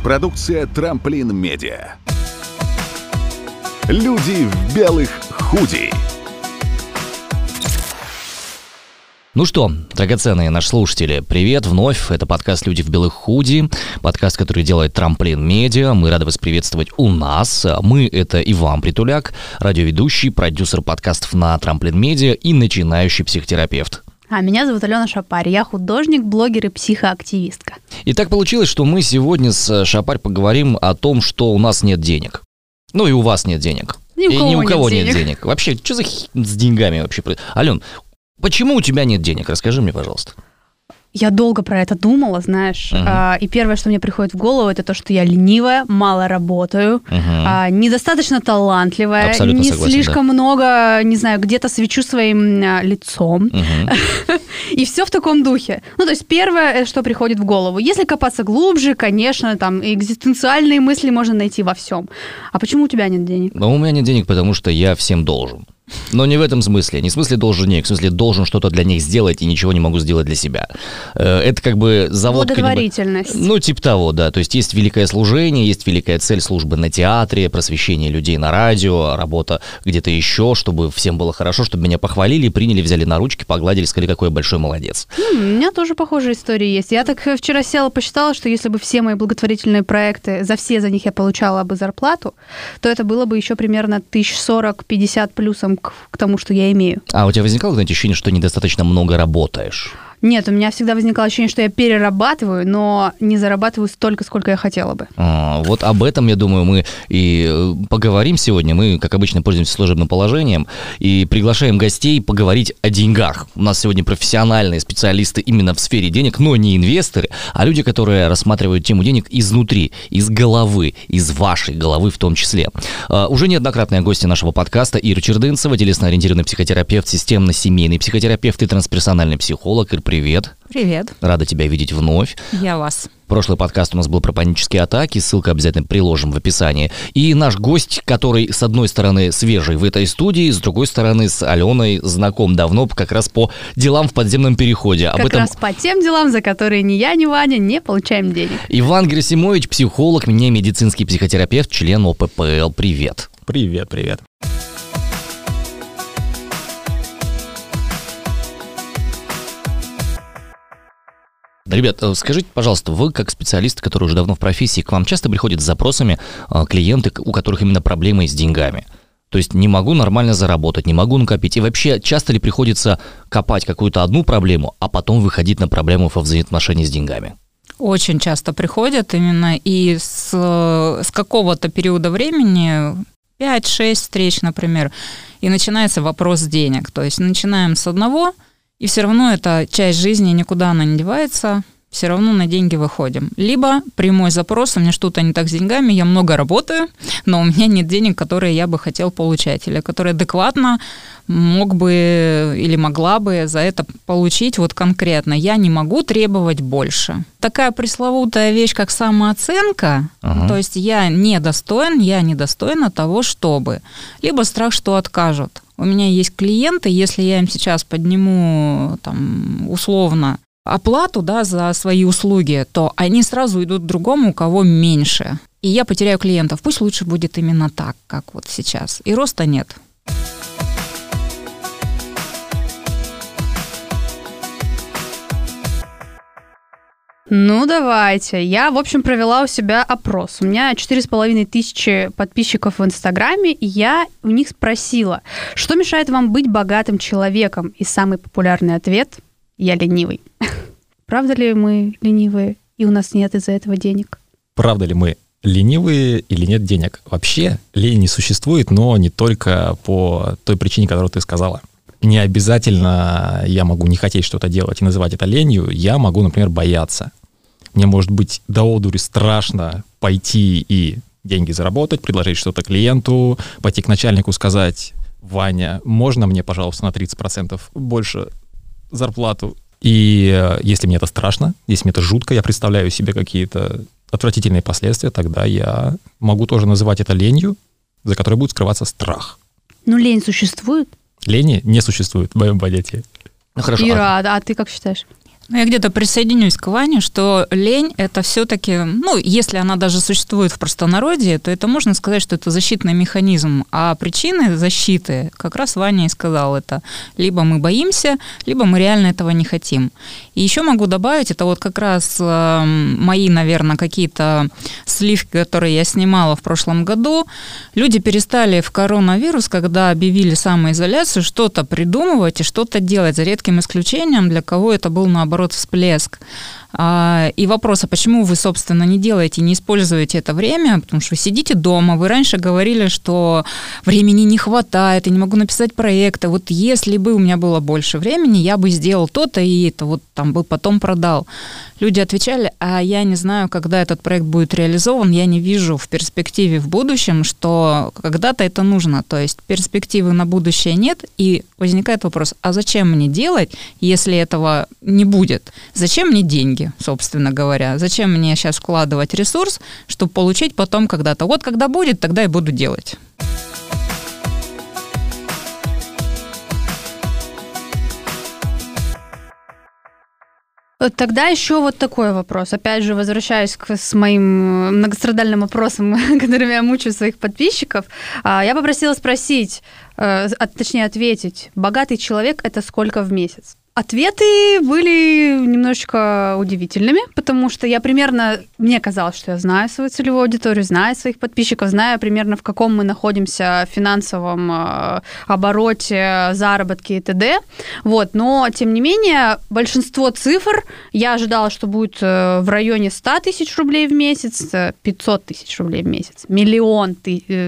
Продукция «Трамплин Медиа». Люди в белых худи. Ну что, драгоценные наши слушатели, привет вновь. Это подкаст «Люди в белых худи», подкаст, который делает «Трамплин Медиа». Мы рады вас приветствовать у нас. Мы — это Иван Притуляк, радиоведущий, продюсер подкастов на «Трамплин Медиа» и начинающий психотерапевт. А меня зовут Алена Шапарь, я художник, блогер и психоактивистка. И так получилось, что мы сегодня с Шапарь поговорим о том, что у нас нет денег. Ну и у вас нет денег. Ни у кого нет денег. Вообще, что за с деньгами вообще? Ален, почему у тебя нет денег? Расскажи мне, пожалуйста. Я долго про это думала, знаешь. И первое, что мне приходит в голову, это то, что я ленивая, мало работаю, недостаточно талантливая, абсолютно не согласен, слишком много, не знаю, где-то свечу своим лицом. И все в таком духе. Ну, то есть первое, что приходит в голову. Если копаться глубже, конечно, там экзистенциальные мысли можно найти во всем. А почему у тебя нет денег? Ну, у меня нет денег, потому что я всем должен. Но не в этом смысле. Не в смысле должник, в смысле должен что-то для них сделать и ничего не могу сделать для себя. Это как бы завод... Благотворительность. Ну, типа того, да. То есть есть великое служение, есть великая цель службы на театре, просвещение людей на радио, работа где-то еще, чтобы всем было хорошо, чтобы меня похвалили, приняли, взяли на ручки, погладили, сказали, какой я большой молодец. У меня тоже похожая история есть. Я так вчера села, посчитала, что если бы все мои благотворительные проекты, за них я получала бы зарплату, то это было бы еще примерно 1040-50 плюсом к тому, что я имею. А у тебя возникало какое-то ощущение, что недостаточно много работаешь? Нет, у меня всегда возникало ощущение, что я перерабатываю, но не зарабатываю столько, сколько я хотела бы. Вот об этом, я думаю, мы и поговорим сегодня. Мы, как обычно, пользуемся служебным положением и приглашаем гостей поговорить о деньгах. У нас сегодня профессиональные специалисты именно в сфере денег, но не инвесторы, а люди, которые рассматривают тему денег изнутри, из головы, из вашей головы в том числе. Уже неоднократные гости нашего подкаста: Ира Чердынцева, телесно-ориентированный психотерапевт, системно-семейный психотерапевт и трансперсональный психолог. Ир, привет. Привет. Рада тебя видеть вновь. Я вас. Прошлый подкаст у нас был про панические атаки, ссылку обязательно приложим в описании. И наш гость, который, с одной стороны, свежий в этой студии, с другой стороны, с Аленой знаком давно, как раз по делам в подземном переходе. Как раз по тем делам, за которые ни я, ни Ваня не получаем денег. Иван Герасимович, психолог, медицинский психотерапевт, член ОППЛ. Привет. Привет, привет. Ребят, скажите, пожалуйста, вы как специалисты, которые уже давно в профессии, к вам часто приходят с запросами клиенты, у которых именно проблемы с деньгами? То есть не могу нормально заработать, не могу накопить. И вообще, часто ли приходится копать какую-то одну проблему, а потом выходить на проблему во взаимоотношении с деньгами? Очень часто приходят именно и с какого-то периода времени, 5-6 встреч, например, и начинается вопрос денег. То есть начинаем с одного, и все равно эта часть жизни, никуда она не девается, все равно на деньги выходим. Либо прямой запрос: у меня что-то не так с деньгами, я много работаю, но у меня нет денег, которые я бы хотел получать, или которые адекватно мог бы или могла бы за это получить вот конкретно. Я не могу требовать больше. Такая пресловутая вещь, как самооценка, то есть я недостойна того, чтобы. Либо страх, что откажут. У меня есть клиенты, если я им сейчас подниму там, условно оплату, да, за свои услуги, то они сразу идут к другому, у кого меньше. И я потеряю клиентов. Пусть лучше будет именно так, как вот сейчас. И роста нет. Ну, давайте. Я, в общем, провела у себя опрос. У меня 4500 подписчиков в Инстаграме, и я у них спросила, что мешает вам быть богатым человеком? И самый популярный ответ – я ленивый. Правда ли мы ленивые, и у нас нет из-за этого денег? Правда ли мы ленивые или нет денег? Вообще лень не существует, но не только по той причине, которую ты сказала. Не обязательно я могу не хотеть что-то делать и называть это ленью. Я могу, например, бояться. Мне может быть до одури страшно пойти и деньги заработать, предложить что-то клиенту, пойти к начальнику, сказать: Ваня, можно мне, пожалуйста, на 30% больше зарплату? И если мне это страшно, если мне это жутко, я представляю себе какие-то отвратительные последствия, тогда я могу тоже называть это ленью, за которой будет скрываться страх. Ну, лень существует? Лени не существует в моем понятии. Ну, хорошо. Ира, а ты как считаешь? Я где-то присоединюсь к Ване, что лень – это все-таки, если она даже существует в простонародье, то это можно сказать, что это защитный механизм. А причины защиты, как раз Ваня и сказал, это либо мы боимся, либо мы реально этого не хотим. И еще могу добавить, это вот как раз мои, наверное, какие-то сливки, которые я снимала в прошлом году. Люди перестали в коронавирус, когда объявили самоизоляцию, что-то придумывать и что-то делать, за редким исключением, для кого это был, наоборот, всплеск. И вопрос, а почему вы, собственно, не делаете, не используете это время, потому что вы сидите дома, вы раньше говорили, что времени не хватает, я не могу написать проекты, вот если бы у меня было больше времени, я бы сделал то-то и это, вот там бы потом продал. Люди отвечали, а я не знаю, когда этот проект будет реализован, я не вижу в перспективе в будущем, что когда-то это нужно, то есть перспективы на будущее нет, и возникает вопрос, а зачем мне делать, если этого не будет? Зачем мне деньги, собственно говоря? Зачем мне сейчас вкладывать ресурс, чтобы получить потом когда-то? Вот когда будет, тогда и буду делать. Тогда еще вот такой вопрос. Опять же, возвращаясь с моим многострадальным вопросом, которым я мучаю своих подписчиков, я попросила спросить, точнее ответить, богатый человек – это сколько в месяц? Ответы были немножечко удивительными, потому что мне казалось, что я знаю свою целевую аудиторию, знаю своих подписчиков, знаю примерно, в каком мы находимся финансовом обороте, заработке и т.д. Вот, но, тем не менее, большинство цифр я ожидала, что будет в районе 100 тысяч рублей в месяц, 500 тысяч рублей в месяц, миллион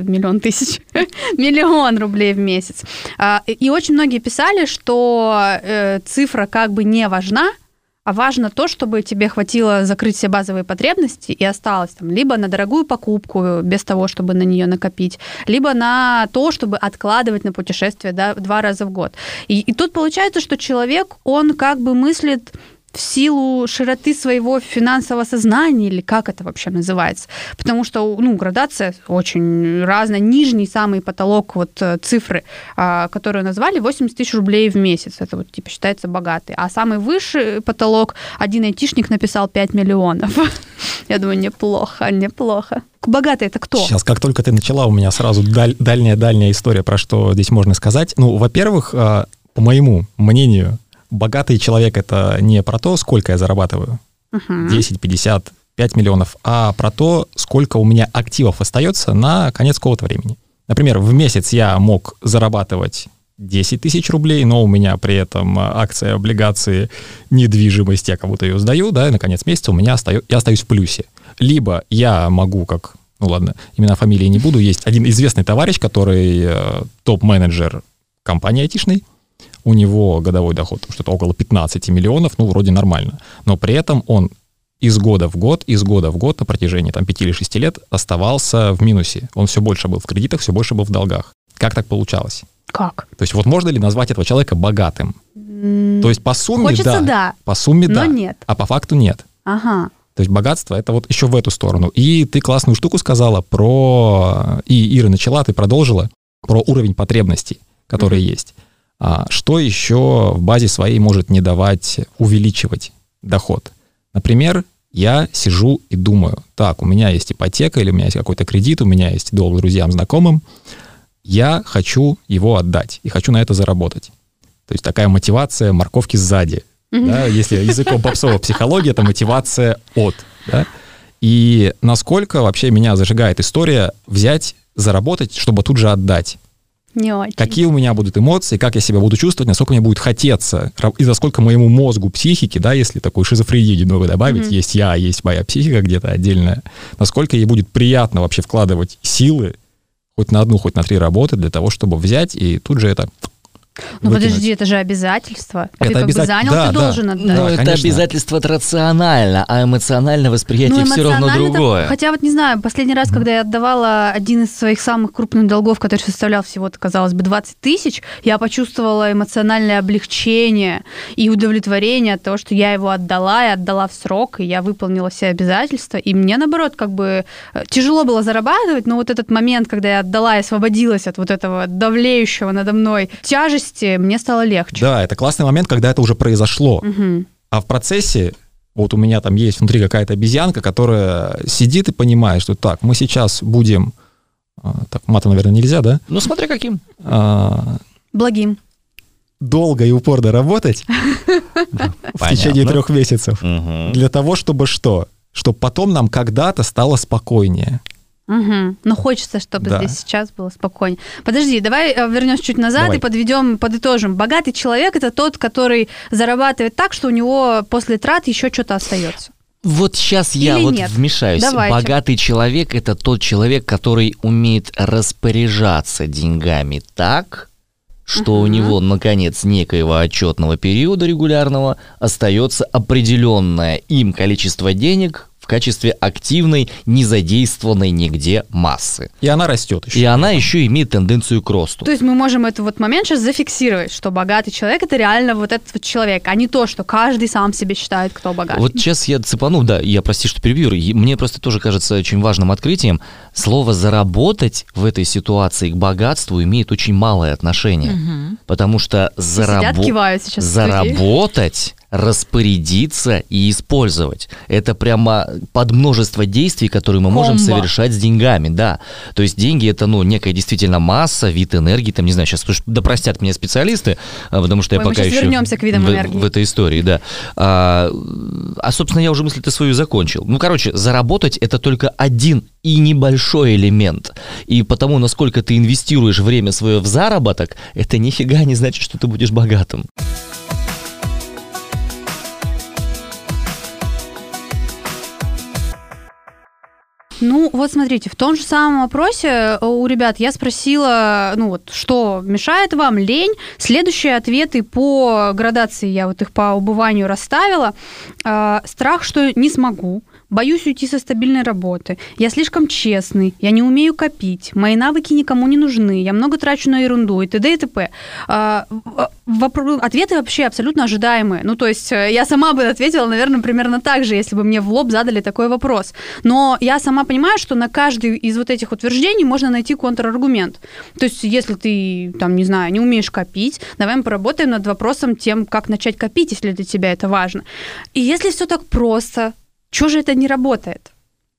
рублей в месяц. И очень многие писали, что цифра как бы не важна, а важно то, чтобы тебе хватило закрыть все базовые потребности и осталось там либо на дорогую покупку, без того, чтобы на нее накопить, либо на то, чтобы откладывать на путешествие 2 раза в год. И тут получается, что человек, он как бы мыслит в силу широты своего финансового сознания, или как это вообще называется. Потому что, градация очень разная. Нижний самый потолок цифры, которую назвали, 80 тысяч рублей в месяц. Это считается богатый. А самый высший потолок, один айтишник написал 5 миллионов. Я думаю, неплохо. Богатый это кто? Сейчас, как только ты начала, у меня сразу дальняя история, про что здесь можно сказать. Во-первых, по моему мнению, богатый человек — это не про то, сколько я зарабатываю, 10, 50, 5 миллионов, а про то, сколько у меня активов остается на конец какого-то времени. Например, в месяц я мог зарабатывать 10 тысяч рублей, но у меня при этом акции, облигации, недвижимость, я кому-то ее сдаю, да, и на конец месяца я остаюсь в плюсе. Либо я могу, имена, фамилии не буду, есть один известный товарищ, который топ-менеджер компании айтишной, у него годовой доход что-то около 15 миллионов, вроде нормально. Но при этом он из года в год на протяжении 5 или 6 лет оставался в минусе. Он все больше был в кредитах, все больше был в долгах. Как так получалось? Как? То есть можно ли назвать этого человека богатым? То есть по сумме хочется, да. По сумме но нет. А по факту нет. Ага. То есть богатство — это еще в эту сторону. И ты классную штуку сказала и Ира начала, ты продолжила, про уровень потребностей, которые есть. Что еще в базе своей может не давать увеличивать доход? Например, я сижу и думаю, так, у меня есть ипотека, или у меня есть какой-то кредит, у меня есть долг друзьям, знакомым, я хочу его отдать и хочу на это заработать. То есть такая мотивация морковки сзади. Да? Если языком попсовой психологии, это мотивация от. Да? И насколько вообще меня зажигает история взять, заработать, чтобы тут же отдать? Не очень. Какие у меня будут эмоции, как я себя буду чувствовать, насколько мне будет хотеться, и насколько моему мозгу, психике, да, если такую шизофрению немного добавить, есть я, есть моя психика где-то отдельная, насколько ей будет приятно вообще вкладывать силы хоть на 1, хоть на 3 работы для того, чтобы взять и тут же это выкинуть. Подожди, это же обязательство. Это ты занял, да, ты должен отдать. Но это конечно. обязательство рационально, а эмоциональное восприятие все равно другое. Хотя не знаю, последний раз, когда я отдавала один из своих самых крупных долгов, который составлял всего-то, казалось бы, 20 тысяч, я почувствовала эмоциональное облегчение и удовлетворение от того, что я его отдала, и отдала в срок, и я выполнила все обязательства. И мне, наоборот, тяжело было зарабатывать, но этот момент, когда я отдала и освободилась от этого давлеющего надо мной тяжести, мне стало легче. Да, это классный момент, когда это уже произошло. А в процессе вот у меня там есть внутри какая-то обезьянка, которая сидит и понимает, что так, мы сейчас будем... Так, матом, наверное, нельзя, да? Ну, смотря каким. Благим. Долго и упорно работать в течение 3 месяцев. Для того, чтобы что? Чтобы потом нам когда-то стало спокойнее. Но хочется, чтобы здесь сейчас было спокойнее. Подожди, давай вернемся чуть назад и подытожим. Богатый человек – это тот, который зарабатывает так, что у него после трат еще что-то остается. Вот сейчас я вмешаюсь. Давайте. Богатый человек – это тот человек, который умеет распоряжаться деньгами так, что у него на конец некоего отчетного периода регулярного остается определенное им количество денег в качестве активной, не задействованной нигде массы. И она растет еще. И она еще имеет тенденцию к росту. То есть мы можем этот вот момент сейчас зафиксировать, что богатый человек – это реально вот этот вот человек, а не то, что каждый сам себе считает, кто богатый. Вот сейчас я цепану, я прости, что перебью, мне просто тоже кажется очень важным открытием, слово «заработать» в этой ситуации к богатству имеет очень малое отношение, потому что заработать, распорядиться и использовать. Это прямо под множество действий, которые мы можем совершать с деньгами, да. То есть деньги – это, некая действительно масса, вид энергии, там, не знаю, сейчас да простят меня специалисты, потому что я пока еще вернемся к видам энергии. В этой истории, да. Собственно, я уже мысль-то свою закончил. Заработать – это только один и небольшой элемент. И потому, насколько ты инвестируешь время свое в заработок, это нифига не значит, что ты будешь богатым. Вот смотрите, в том же самом опросе у ребят я спросила, что мешает вам, лень. Следующие ответы по градации, я их по убыванию расставила. Страх, что не смогу. Боюсь уйти со стабильной работы. Я слишком честный. Я не умею копить. Мои навыки никому не нужны. Я много трачу на ерунду и т.д. и т.п. Ответы вообще абсолютно ожидаемые. То есть я сама бы ответила, наверное, примерно так же, если бы мне в лоб задали такой вопрос. Но я сама понимаю, что на каждый из вот этих утверждений можно найти контраргумент. То есть если ты, не умеешь копить, давай мы поработаем над вопросом тем, как начать копить, если для тебя это важно. И если все так просто, чего же это не работает?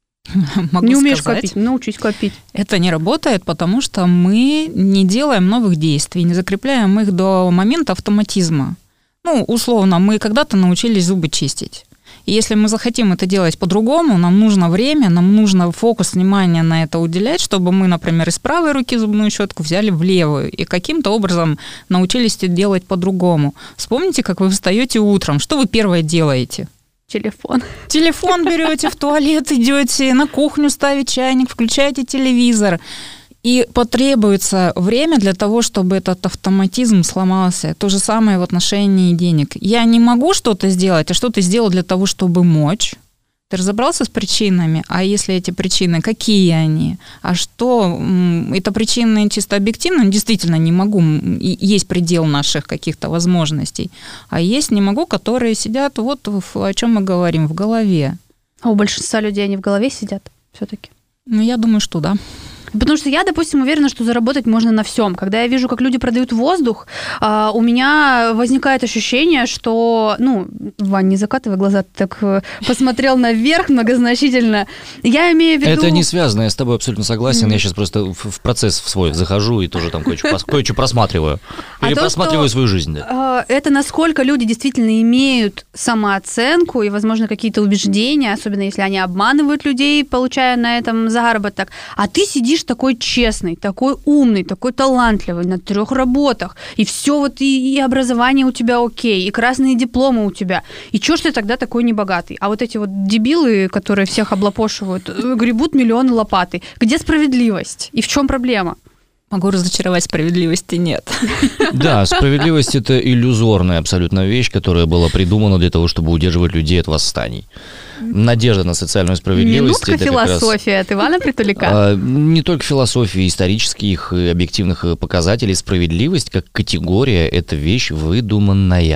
Могу не умеешь сказать, копить, научись копить. Это не работает, потому что мы не делаем новых действий, не закрепляем их до момента автоматизма. Условно, мы когда-то научились зубы чистить. И если мы захотим это делать по-другому, нам нужно время, нам нужно фокус внимания на это уделять, чтобы мы, например, из правой руки зубную щетку взяли в левую и каким-то образом научились это делать по-другому. Вспомните, как вы встаете утром, что вы первое делаете? Телефон. Телефон берете, в туалет идете, на кухню ставите чайник, включаете телевизор. И потребуется время для того, чтобы этот автоматизм сломался. То же самое в отношении денег. Я не могу что-то сделать, а что ты сделал для того, чтобы мочь? Ты разобрался с причинами? А если эти причины, какие они? А что? Это причины чисто объективно? Действительно не могу. Есть предел наших каких-то возможностей. А есть не могу, которые сидят о чем мы говорим, в голове. А у большинства людей они в голове сидят все-таки? Я думаю, что да. Потому что я, допустим, уверена, что заработать можно на всем. Когда я вижу, как люди продают воздух, у меня возникает ощущение, что... Вань, не закатывай глаза, ты так посмотрел наверх многозначительно. Я имею в виду... Это не связано, я с тобой абсолютно согласен. Я сейчас просто в процесс в свой захожу и тоже там кое-что просматриваю. Перепросматриваю свою жизнь. Да. Это насколько люди действительно имеют самооценку и, возможно, какие-то убеждения, особенно если они обманывают людей, получая на этом заработок. А ты сидишь такой честный, такой умный, такой талантливый на 3 работах, и все и образование у тебя окей, и красные дипломы у тебя. И чё ж ты тогда такой небогатый? А вот эти дебилы, которые всех облапошивают, гребут миллионы лопатой. Где справедливость? И в чем проблема? Могу разочаровать, справедливости нет. Да, справедливость – это иллюзорная абсолютно вещь, которая была придумана для того, чтобы удерживать людей от восстаний. Надежда на социальную справедливость. Минутка философия от Ивана Притуляка. Не только философии, исторических и объективных показателей. Справедливость как категория – это вещь выдуманная.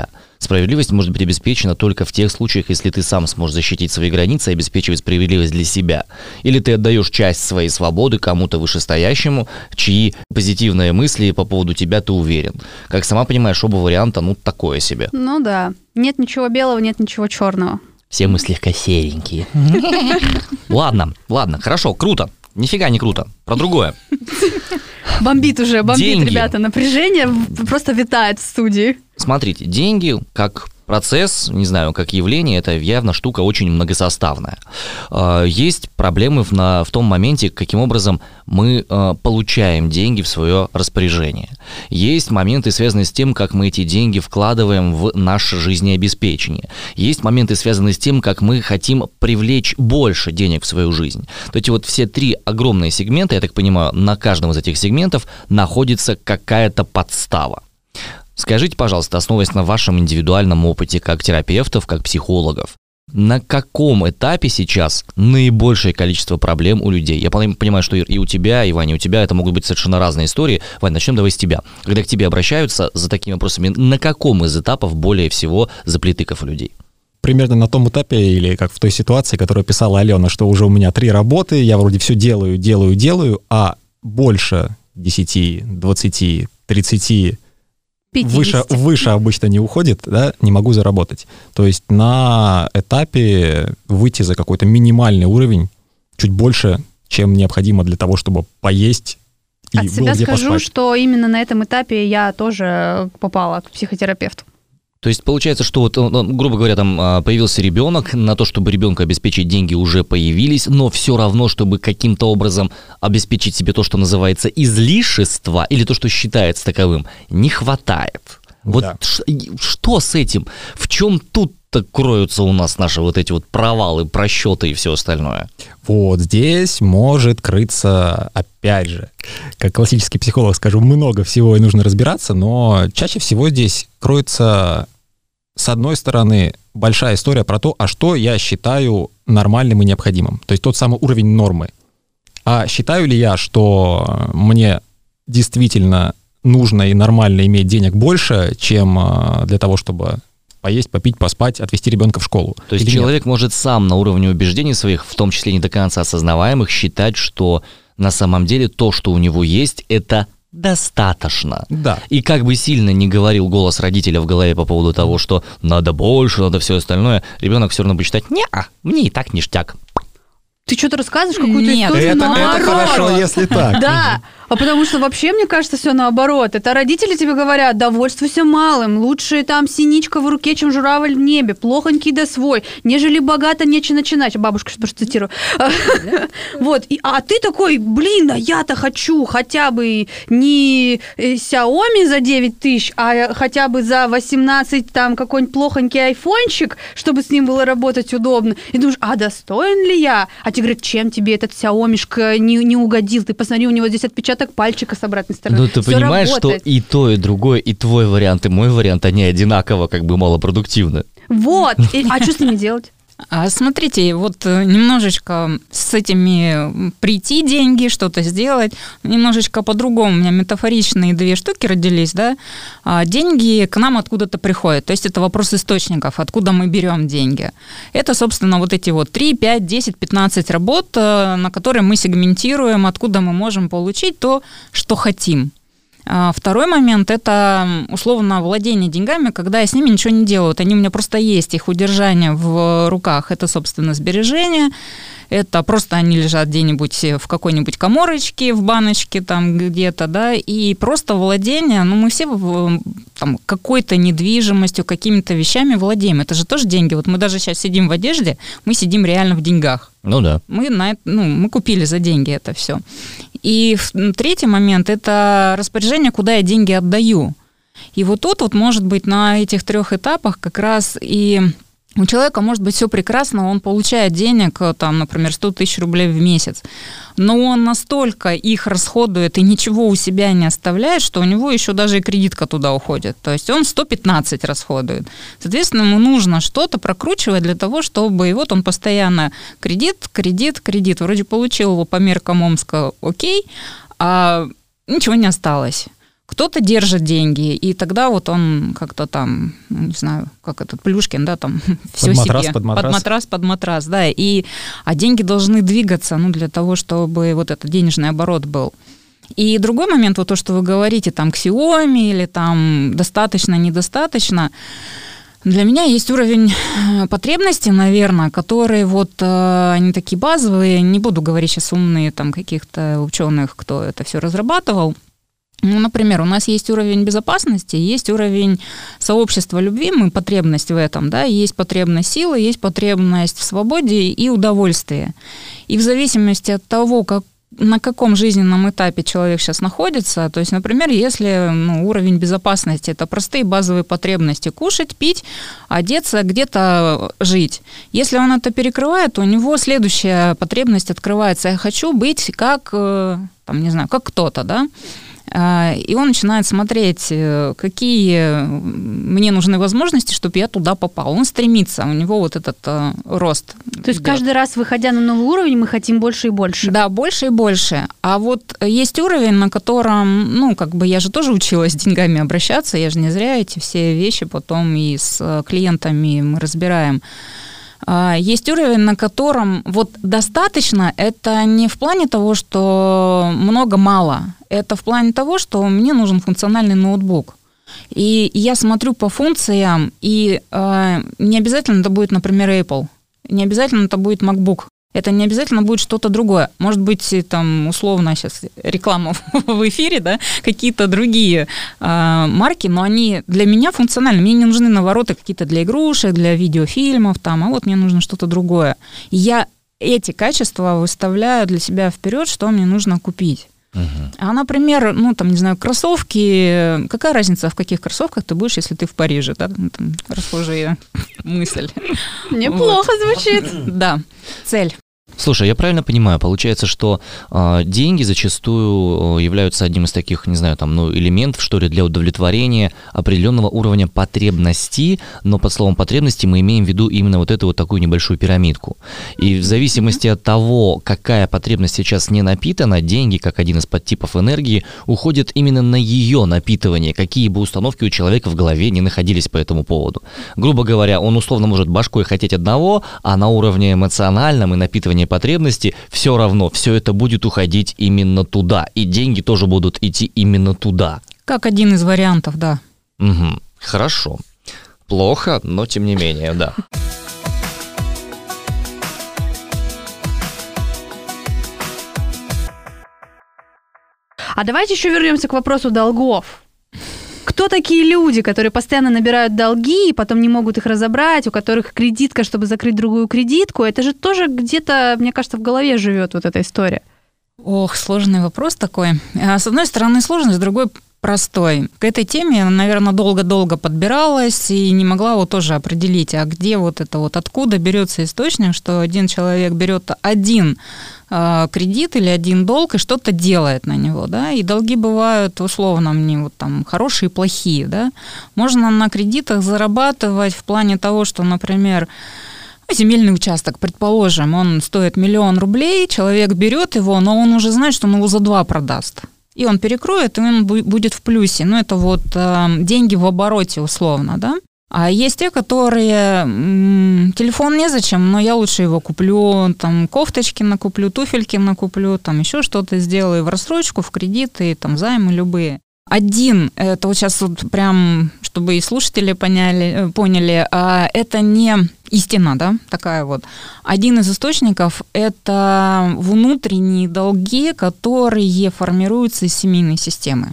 Справедливость может быть обеспечена только в тех случаях, если ты сам сможешь защитить свои границы и обеспечивать справедливость для себя. Или ты отдаешь часть своей свободы кому-то вышестоящему, чьи позитивные мысли по поводу тебя ты уверен. Как сама понимаешь, оба варианта, такое себе. Ну да. Нет ничего белого, нет ничего черного. Все мы слегка серенькие. Ладно, хорошо, круто. Нифига не круто. Про другое. Бомбит, Деньги. ребята, напряжение просто витает в студии. Смотрите, деньги как процесс, не знаю, как явление, это явно штука очень многосоставная. Есть проблемы в том моменте, каким образом мы получаем деньги в свое распоряжение. Есть моменты, связанные с тем, как мы эти деньги вкладываем в наше жизнеобеспечение. Есть моменты, связанные с тем, как мы хотим привлечь больше денег в свою жизнь. То эти вот все три огромные сегмента, я так понимаю, на каждом из этих сегментов находится какая-то подстава. Скажите, пожалуйста, основываясь на вашем индивидуальном опыте как терапевтов, как психологов, на каком этапе сейчас наибольшее количество проблем у людей? Я понимаю, что и у тебя, и, Ваня, у тебя это могут быть совершенно разные истории. Вань, начнем давай с тебя. Когда к тебе обращаются за такими вопросами, на каком из этапов более всего заплетыков у людей? Примерно на том этапе, или как в той ситуации, которую писала Алена, что уже у меня 3 работы, я вроде все делаю, а больше 10, 20, 30... 50. Выше обычно не уходит, да, не могу заработать. То есть на этапе выйти за какой-то минимальный уровень чуть больше, чем необходимо для того, чтобы поесть и От было себя где скажу, поспать. что именно на этом этапе я тоже попала к психотерапевту. То есть получается, что вот, грубо говоря, там появился ребенок, на то, чтобы ребенка обеспечить, деньги уже появились, но все равно, чтобы каким-то образом обеспечить себе то, что называется излишество, или то, что считается таковым, не хватает. Вот Да. что с этим? В чем тут-то кроются у нас наши вот эти вот провалы, просчеты и все остальное? Вот здесь может крыться, опять же, как классический психолог скажу, много всего и нужно разбираться, но чаще всего здесь кроется, с одной стороны, большая история про то, а что я считаю нормальным и необходимым. То есть тот самый уровень нормы. А считаю ли я, что мне действительно нужно и нормально иметь денег больше, чем для того, чтобы поесть, попить, поспать, отвезти ребенка в школу? То есть Или человек может сам на уровне убеждений своих, в том числе не до конца осознаваемых, считать, что на самом деле то, что у него есть, это достаточно. Да. И как бы сильно не говорил голос родителя в голове по поводу того, что надо больше, надо все остальное, ребенок все равно будет считать, не-а, мне и так ништяк. Ты что-то рассказываешь, какую-то Нет, историю Это наоборот. хорошо, если так. Да, а потому что вообще, мне кажется, все наоборот. Это родители тебе говорят, довольствуйся малым, лучше там синичка в руке, чем журавль в небе, плохонький да свой, нежели богато нечего начинать. Бабушка, что ж цитирую. Вот, а ты такой, блин, а я-то хочу хотя бы не Xiaomi за 9 тысяч, а хотя бы за 18 там какой-нибудь плохонький айфончик, чтобы с ним было работать удобно. И думаешь, а достоин ли я? А тебе говорят, чем тебе этот Xiaomi-шка не угодил? Ты посмотри, у него здесь отпечаток пальчика с обратной стороны. Ну, ты Всё понимаешь, работает. что и то, и другое, и твой вариант, и мой вариант, они одинаково как бы малопродуктивны. Вот. А что с ними делать? А смотрите, вот немножечко с этими прийти деньги, что-то сделать, немножечко по-другому. У меня метафоричные 2 штуки родились, да. Деньги к нам откуда-то приходят. То есть это вопрос источников, откуда мы берем деньги. Это, собственно, вот эти вот 3, 5, 10, 15 работ, на которые мы сегментируем, откуда мы можем получить то, что хотим. Второй момент – это условно владение деньгами, когда я с ними ничего не делаю. Они у меня просто есть, их удержание в руках – это, собственно, сбережения. Это просто они лежат где-нибудь в какой-нибудь каморочке, в баночке там где-то, да, и просто владение, мы все там какой-то недвижимостью, какими-то вещами владеем. Это же тоже деньги. Вот мы даже сейчас сидим в одежде, мы сидим реально в деньгах. Ну да. Мы купили за деньги это все. И третий момент – это распоряжение, куда я деньги отдаю. И вот тут вот, может быть, на этих 3 этапах как раз и у человека может быть все прекрасно, он получает денег, там, например, 100 тысяч рублей в месяц, но он настолько их расходует и ничего у себя не оставляет, что у него еще даже и кредитка туда уходит. То есть он 115 расходует. Соответственно, ему нужно что-то прокручивать для того, чтобы... И вот он постоянно кредит. Вроде получил его по меркам Омска, окей, а ничего не осталось. Кто-то держит деньги, и тогда вот он как-то там, не знаю, как этот Плюшкин, да, там все себе. Под матрас, да. А деньги должны двигаться, для того, чтобы вот этот денежный оборот был. И другой момент, вот то, что вы говорите, там, Xiaomi или там достаточно, недостаточно, для меня есть уровень потребностей, наверное, которые вот они такие базовые, не буду говорить сейчас умные там каких-то ученых, кто это все разрабатывал. Например, у нас есть уровень безопасности, есть уровень сообщества любви, мы потребность в этом, да, есть потребность силы, есть потребность в свободе и удовольствии. И в зависимости от того, на каком жизненном этапе человек сейчас находится, то есть, например, если уровень безопасности – это простые базовые потребности – кушать, пить, одеться, где-то жить. Если он это перекрывает, у него следующая потребность открывается. Я хочу быть как, там, не знаю, как кто-то, да. И он начинает смотреть, какие мне нужны возможности, чтобы я туда попал. Он стремится, у него вот этот рост. То есть каждый раз, выходя на новый уровень, мы хотим больше и больше. Да, больше и больше. А вот есть уровень, на котором, я же тоже училась с деньгами обращаться, я же не зря эти все вещи потом и с клиентами мы разбираем. Есть уровень, на котором вот достаточно, это не в плане того, что много-мало, это в плане того, что мне нужен функциональный ноутбук. И я смотрю по функциям, и не обязательно это будет, например, Apple, не обязательно это будет MacBook. Это не обязательно будет что-то другое. Может быть, там, условно, сейчас реклама в эфире, да, какие-то другие марки, но они для меня функциональны. Мне не нужны навороты какие-то для игрушек, для видеофильмов, там, а вот мне нужно что-то другое. И я эти качества выставляю для себя вперед, что мне нужно купить. А, например, не знаю, кроссовки. Какая разница, в каких кроссовках ты будешь, если ты в Париже, да? Там расхожая мысль. Неплохо звучит. Да, цель. Слушай, я правильно понимаю, получается, что деньги зачастую являются одним из таких, не знаю, элементов, что ли, для удовлетворения определенного уровня потребностей, но под словом потребности мы имеем в виду именно вот эту вот такую небольшую пирамидку. И в зависимости от того, какая потребность сейчас не напитана, деньги, как один из подтипов энергии, уходят именно на ее напитывание, какие бы установки у человека в голове не находились по этому поводу. Грубо говоря, он условно может башкой хотеть одного, а на уровне эмоциональном и напитывания потребности, все равно все это будет уходить именно туда, и деньги тоже будут идти именно туда. Как один из вариантов, да. Угу. Хорошо. Плохо, но тем не менее, да. А давайте еще вернемся к вопросу долгов. Кто такие люди, которые постоянно набирают долги и потом не могут их разобрать, у которых кредитка, чтобы закрыть другую кредитку? Это же тоже где-то, мне кажется, в голове живет вот эта история. Ох, сложный вопрос такой. С одной стороны сложный, с другой простой. К этой теме я, наверное, долго-долго подбиралась и не могла вот тоже определить, а где вот это вот, откуда берется источник, что один человек берет один кредит или один долг и что-то делает на него, да, и долги бывают условно мне вот там хорошие и плохие, да. Можно на кредитах зарабатывать в плане того, что, например, земельный участок, предположим, он стоит 1 000 000 рублей, человек берет его, но он уже знает, что он его за 2 продаст. И он перекроет, и он будет в плюсе. Это вот деньги в обороте условно, да. А есть те, которые телефон незачем, но я лучше его куплю, там кофточки накуплю, туфельки накуплю, там еще что-то сделаю в рассрочку, в кредиты, там займы любые. Один, это вот сейчас вот прям, чтобы и слушатели поняли, это не истина, да, такая вот. Один из источников – это внутренние долги, которые формируются из семейной системы.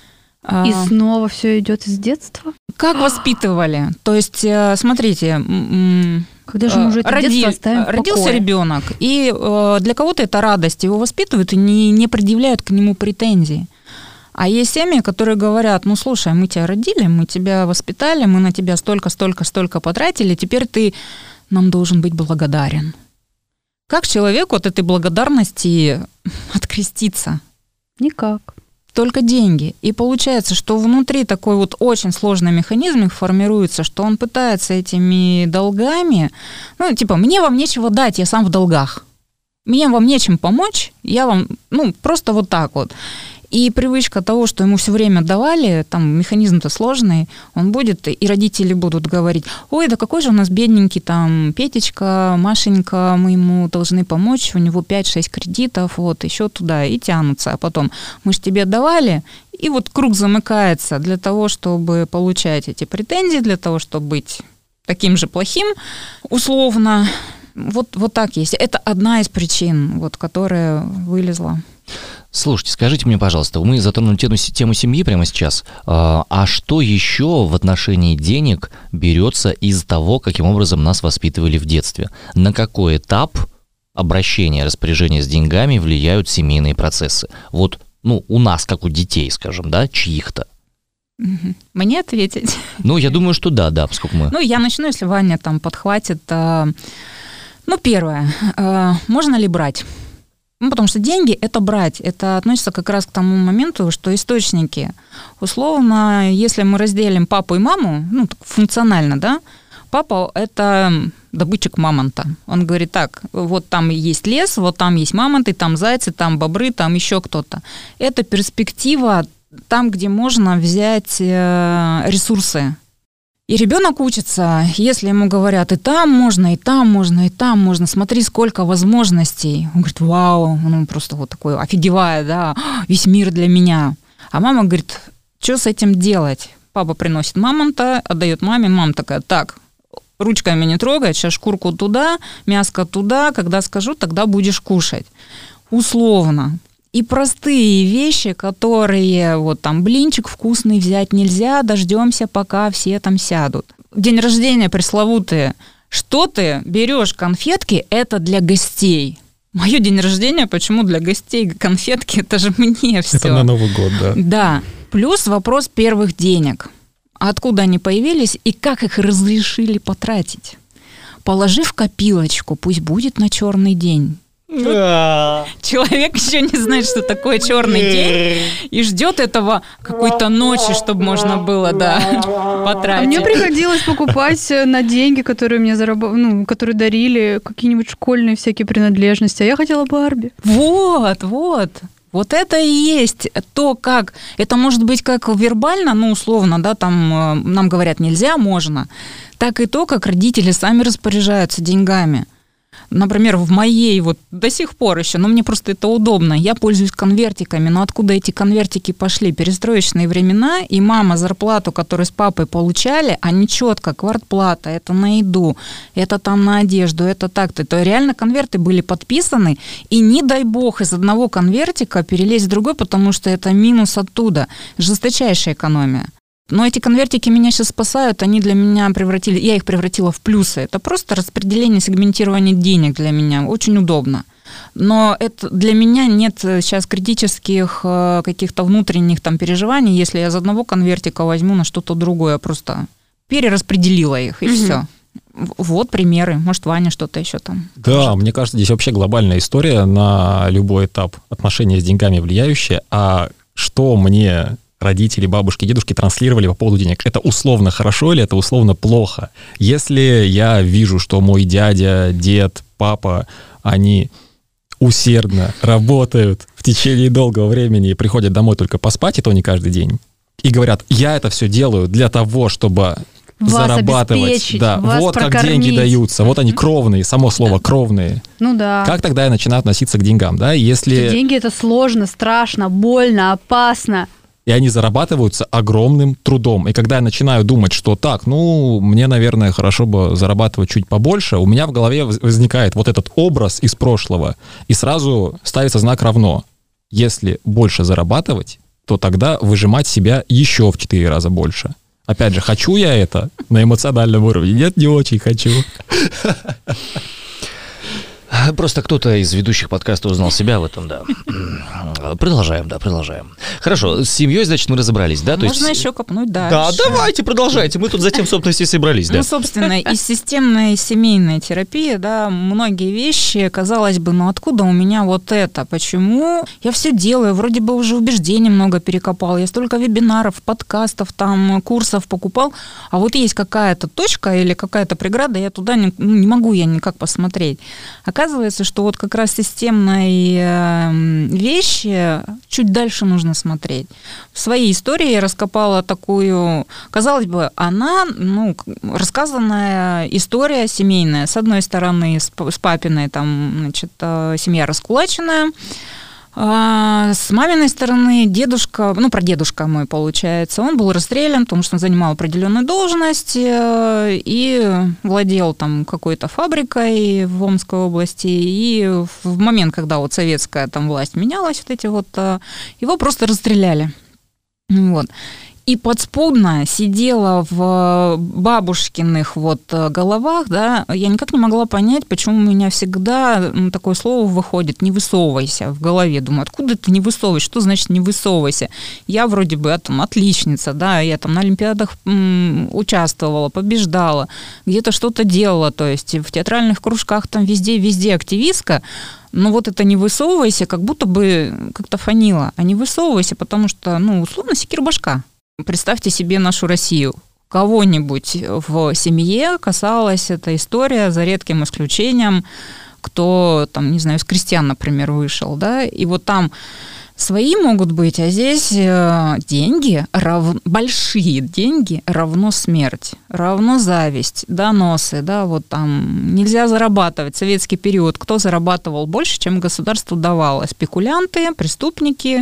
И снова все идет из детства? Как воспитывали? То есть, смотрите, когда же мы уже это детство оставим в покое? Родился ребенок, и для кого-то это радость, его воспитывают и не предъявляют к нему претензий. А есть семьи, которые говорят, слушай, мы тебя родили, мы тебя воспитали, мы на тебя столько потратили, теперь ты нам должен быть благодарен. Как человек от этой благодарности откреститься? Никак. Только деньги. И получается, что внутри такой вот очень сложный механизм формируется, что он пытается этими долгами, мне вам нечего дать, я сам в долгах. Мне вам нечем помочь, я вам, просто вот так вот. И привычка того, что ему все время давали, там механизм-то сложный, он будет, и родители будут говорить: ой, да какой же у нас бедненький там Петечка, Машенька, мы ему должны помочь, у него 5-6 кредитов, вот, еще туда, и тянутся. А потом, мы же тебе давали, и вот круг замыкается для того, чтобы получать эти претензии, для того, чтобы быть таким же плохим, условно. Вот так есть. Это одна из причин, вот, которая вылезла. Слушайте, скажите мне, пожалуйста, мы затронули тему семьи прямо сейчас, а что еще в отношении денег берется из того, каким образом нас воспитывали в детстве? На какой этап обращения, распоряжения с деньгами влияют семейные процессы? Вот, у нас, как у детей, скажем, да, чьих-то. Мне ответить? Я думаю, что да, поскольку мы... я начну, если Ваня там подхватит. Первое, можно ли брать? Потому что деньги – это брать. Это относится как раз к тому моменту, что источники. Условно, если мы разделим папу и маму, функционально, да, папа – это добытчик мамонта. Он говорит: так, вот там есть лес, вот там есть мамонты, там зайцы, там бобры, там еще кто-то. Это перспектива там, где можно взять ресурсы. И ребенок учится, если ему говорят: и там можно, и там можно, и там можно, смотри, сколько возможностей. Он говорит: вау, он просто вот такой офигевает, да, весь мир для меня. А мама говорит: что с этим делать? Папа приносит мамонта, отдает маме, мама такая: так, ручками не трогай, сейчас шкурку туда, мяско туда, когда скажу, тогда будешь кушать. Условно. И простые вещи, которые вот там блинчик вкусный взять нельзя, дождемся, пока все там сядут. День рождения пресловутые. Что ты берешь конфетки, это для гостей. Мое день рождения, почему для гостей конфетки? Это же мне все. Это на Новый год, да. Да. Плюс вопрос первых денег. Откуда они появились и как их разрешили потратить? Положи в копилочку, пусть будет на черный день. Человек еще не знает, что такое черный день, и ждет этого какой-то ночи, чтобы можно было, потратить. Мне приходилось покупать на деньги, которые мне которые дарили, какие-нибудь школьные всякие принадлежности, а я хотела Барби. Вот это и есть то, как... Это может быть как вербально, условно, да, там нам говорят нельзя, можно, так и то, как родители сами распоряжаются деньгами. Например, в моей до сих пор еще, мне просто это удобно, я пользуюсь конвертиками, но откуда эти конвертики пошли? Перестроечные времена, и мама зарплату, которую с папой получали, они четко, квартплата, это на еду, это там на одежду, это так-то. То реально конверты были подписаны, и не дай бог из одного конвертика перелезть в другой, потому что это минус оттуда. Жесточайшая экономия. Но эти конвертики меня сейчас спасают, они для меня я их превратила в плюсы. Это просто распределение, сегментирование денег для меня, очень удобно. Но это для меня нет сейчас критических каких-то внутренних там переживаний, если я из одного конвертика возьму на что-то другое, просто перераспределила их, и все. Вот примеры. Может, Ваня что-то еще там. Да, мне кажется, здесь вообще глобальная история на любой этап отношения с деньгами влияющая. А что мне родители, бабушки, дедушки транслировали по поводу денег? Это условно хорошо или это условно плохо? Если я вижу, что мой дядя, дед, папа, они усердно работают в течение долгого времени и приходят домой только поспать, и то не каждый день, и говорят: я это все делаю для того, чтобы вас зарабатывать. Да, вот прокормить. Как деньги даются. Вот они кровные, само слово кровные. Да. Как тогда я начинаю относиться к деньгам? Да? Если... Деньги — это сложно, страшно, больно, опасно. И они зарабатываются огромным трудом. И когда я начинаю думать, что так, мне, наверное, хорошо бы зарабатывать чуть побольше, у меня в голове возникает вот этот образ из прошлого, и сразу ставится знак равно. Если больше зарабатывать, то тогда выжимать себя еще в 4 раза больше. Опять же, хочу я это на эмоциональном уровне? Нет, не очень хочу. Просто кто-то из ведущих подкаста узнал себя в этом, да. Продолжаем. Хорошо, с семьей, значит, мы разобрались, да? Можно еще копнуть дальше. Да, давайте, продолжайте. Мы тут затем, собственно, все собрались, да. Собственно, из системной семейной терапии, да, многие вещи, казалось бы, откуда у меня вот это? Почему я все делаю? Вроде бы уже убеждений много перекопал. Я столько вебинаров, подкастов, там, курсов покупал. А вот есть какая-то точка или какая-то преграда, я туда не могу я никак посмотреть. Оказывается, оказывается, что вот как раз системной вещи чуть дальше нужно смотреть. В своей истории я раскопала такую, казалось бы, она, рассказанная история семейная. С одной стороны, с папиной, там, значит, семья раскулаченная. С маминой стороны дедушка, прадедушка мой, получается, он был расстрелян, потому что он занимал определенную должность и владел там какой-то фабрикой в Омской области. И в момент, когда вот советская там власть менялась, его просто расстреляли. Вот. И подспудно сидела в бабушкиных головах, да, я никак не могла понять, почему у меня всегда такое слово выходит «не высовывайся» в голове. Думаю, откуда ты не высовывайся? Что значит «не высовывайся»? Я вроде бы отличница, да, я там на олимпиадах участвовала, побеждала, где-то что-то делала, то есть в театральных кружках там везде активистка. Но вот это «не высовывайся» как будто бы как-то фонило. А не высовывайся, потому что, условно, секира башка. Представьте себе нашу Россию. Кого-нибудь в семье касалась эта история, за редким исключением, кто, там, не знаю, из крестьян, например, вышел, да, и вот там свои могут быть, а здесь деньги, большие деньги равно смерть, равно зависть, доносы, да, вот там нельзя зарабатывать. Советский период, кто зарабатывал больше, чем государство давало? Спекулянты, преступники,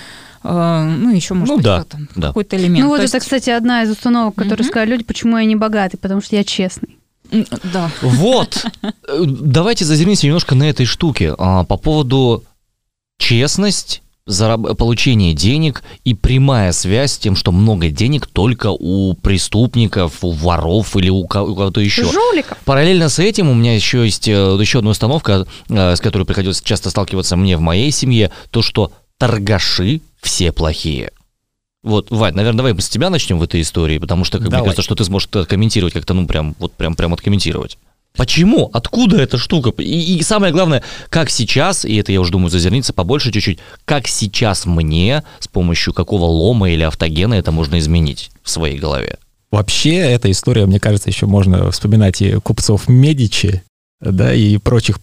еще, может быть, какой-то элемент. Это, кстати, одна из установок, которые сказали люди, почему я не богатый, потому что я честный. Да. Вот. Давайте зазернимся немножко на этой штуке. По поводу честность, получение денег и прямая связь с тем, что много денег только у преступников, у воров или у кого-то еще. Жуликов. Параллельно с этим у меня еще есть еще одна установка, с которой приходилось часто сталкиваться мне в моей семье, то, что торгаши все плохие. Вот, Вань, наверное, давай мы с тебя начнем в этой истории, потому что, мне кажется, что ты сможешь комментировать как-то, прям откомментировать. Почему? Откуда эта штука? И самое главное, как сейчас, и это я уже думаю зазерниться побольше чуть-чуть, как сейчас мне с помощью какого лома или автогена это можно изменить в своей голове? Вообще, эта история, мне кажется, еще можно вспоминать и купцов Медичи, да, и прочих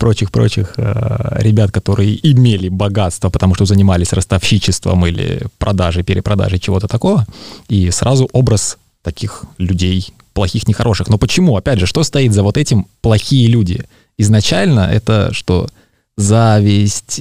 ребят, которые имели богатство, потому что занимались ростовщичеством или продажей, перепродажей чего-то такого, и сразу образ таких людей плохих, нехороших. Но почему? Опять же, что стоит за вот этим плохие люди? Изначально это что? Зависть,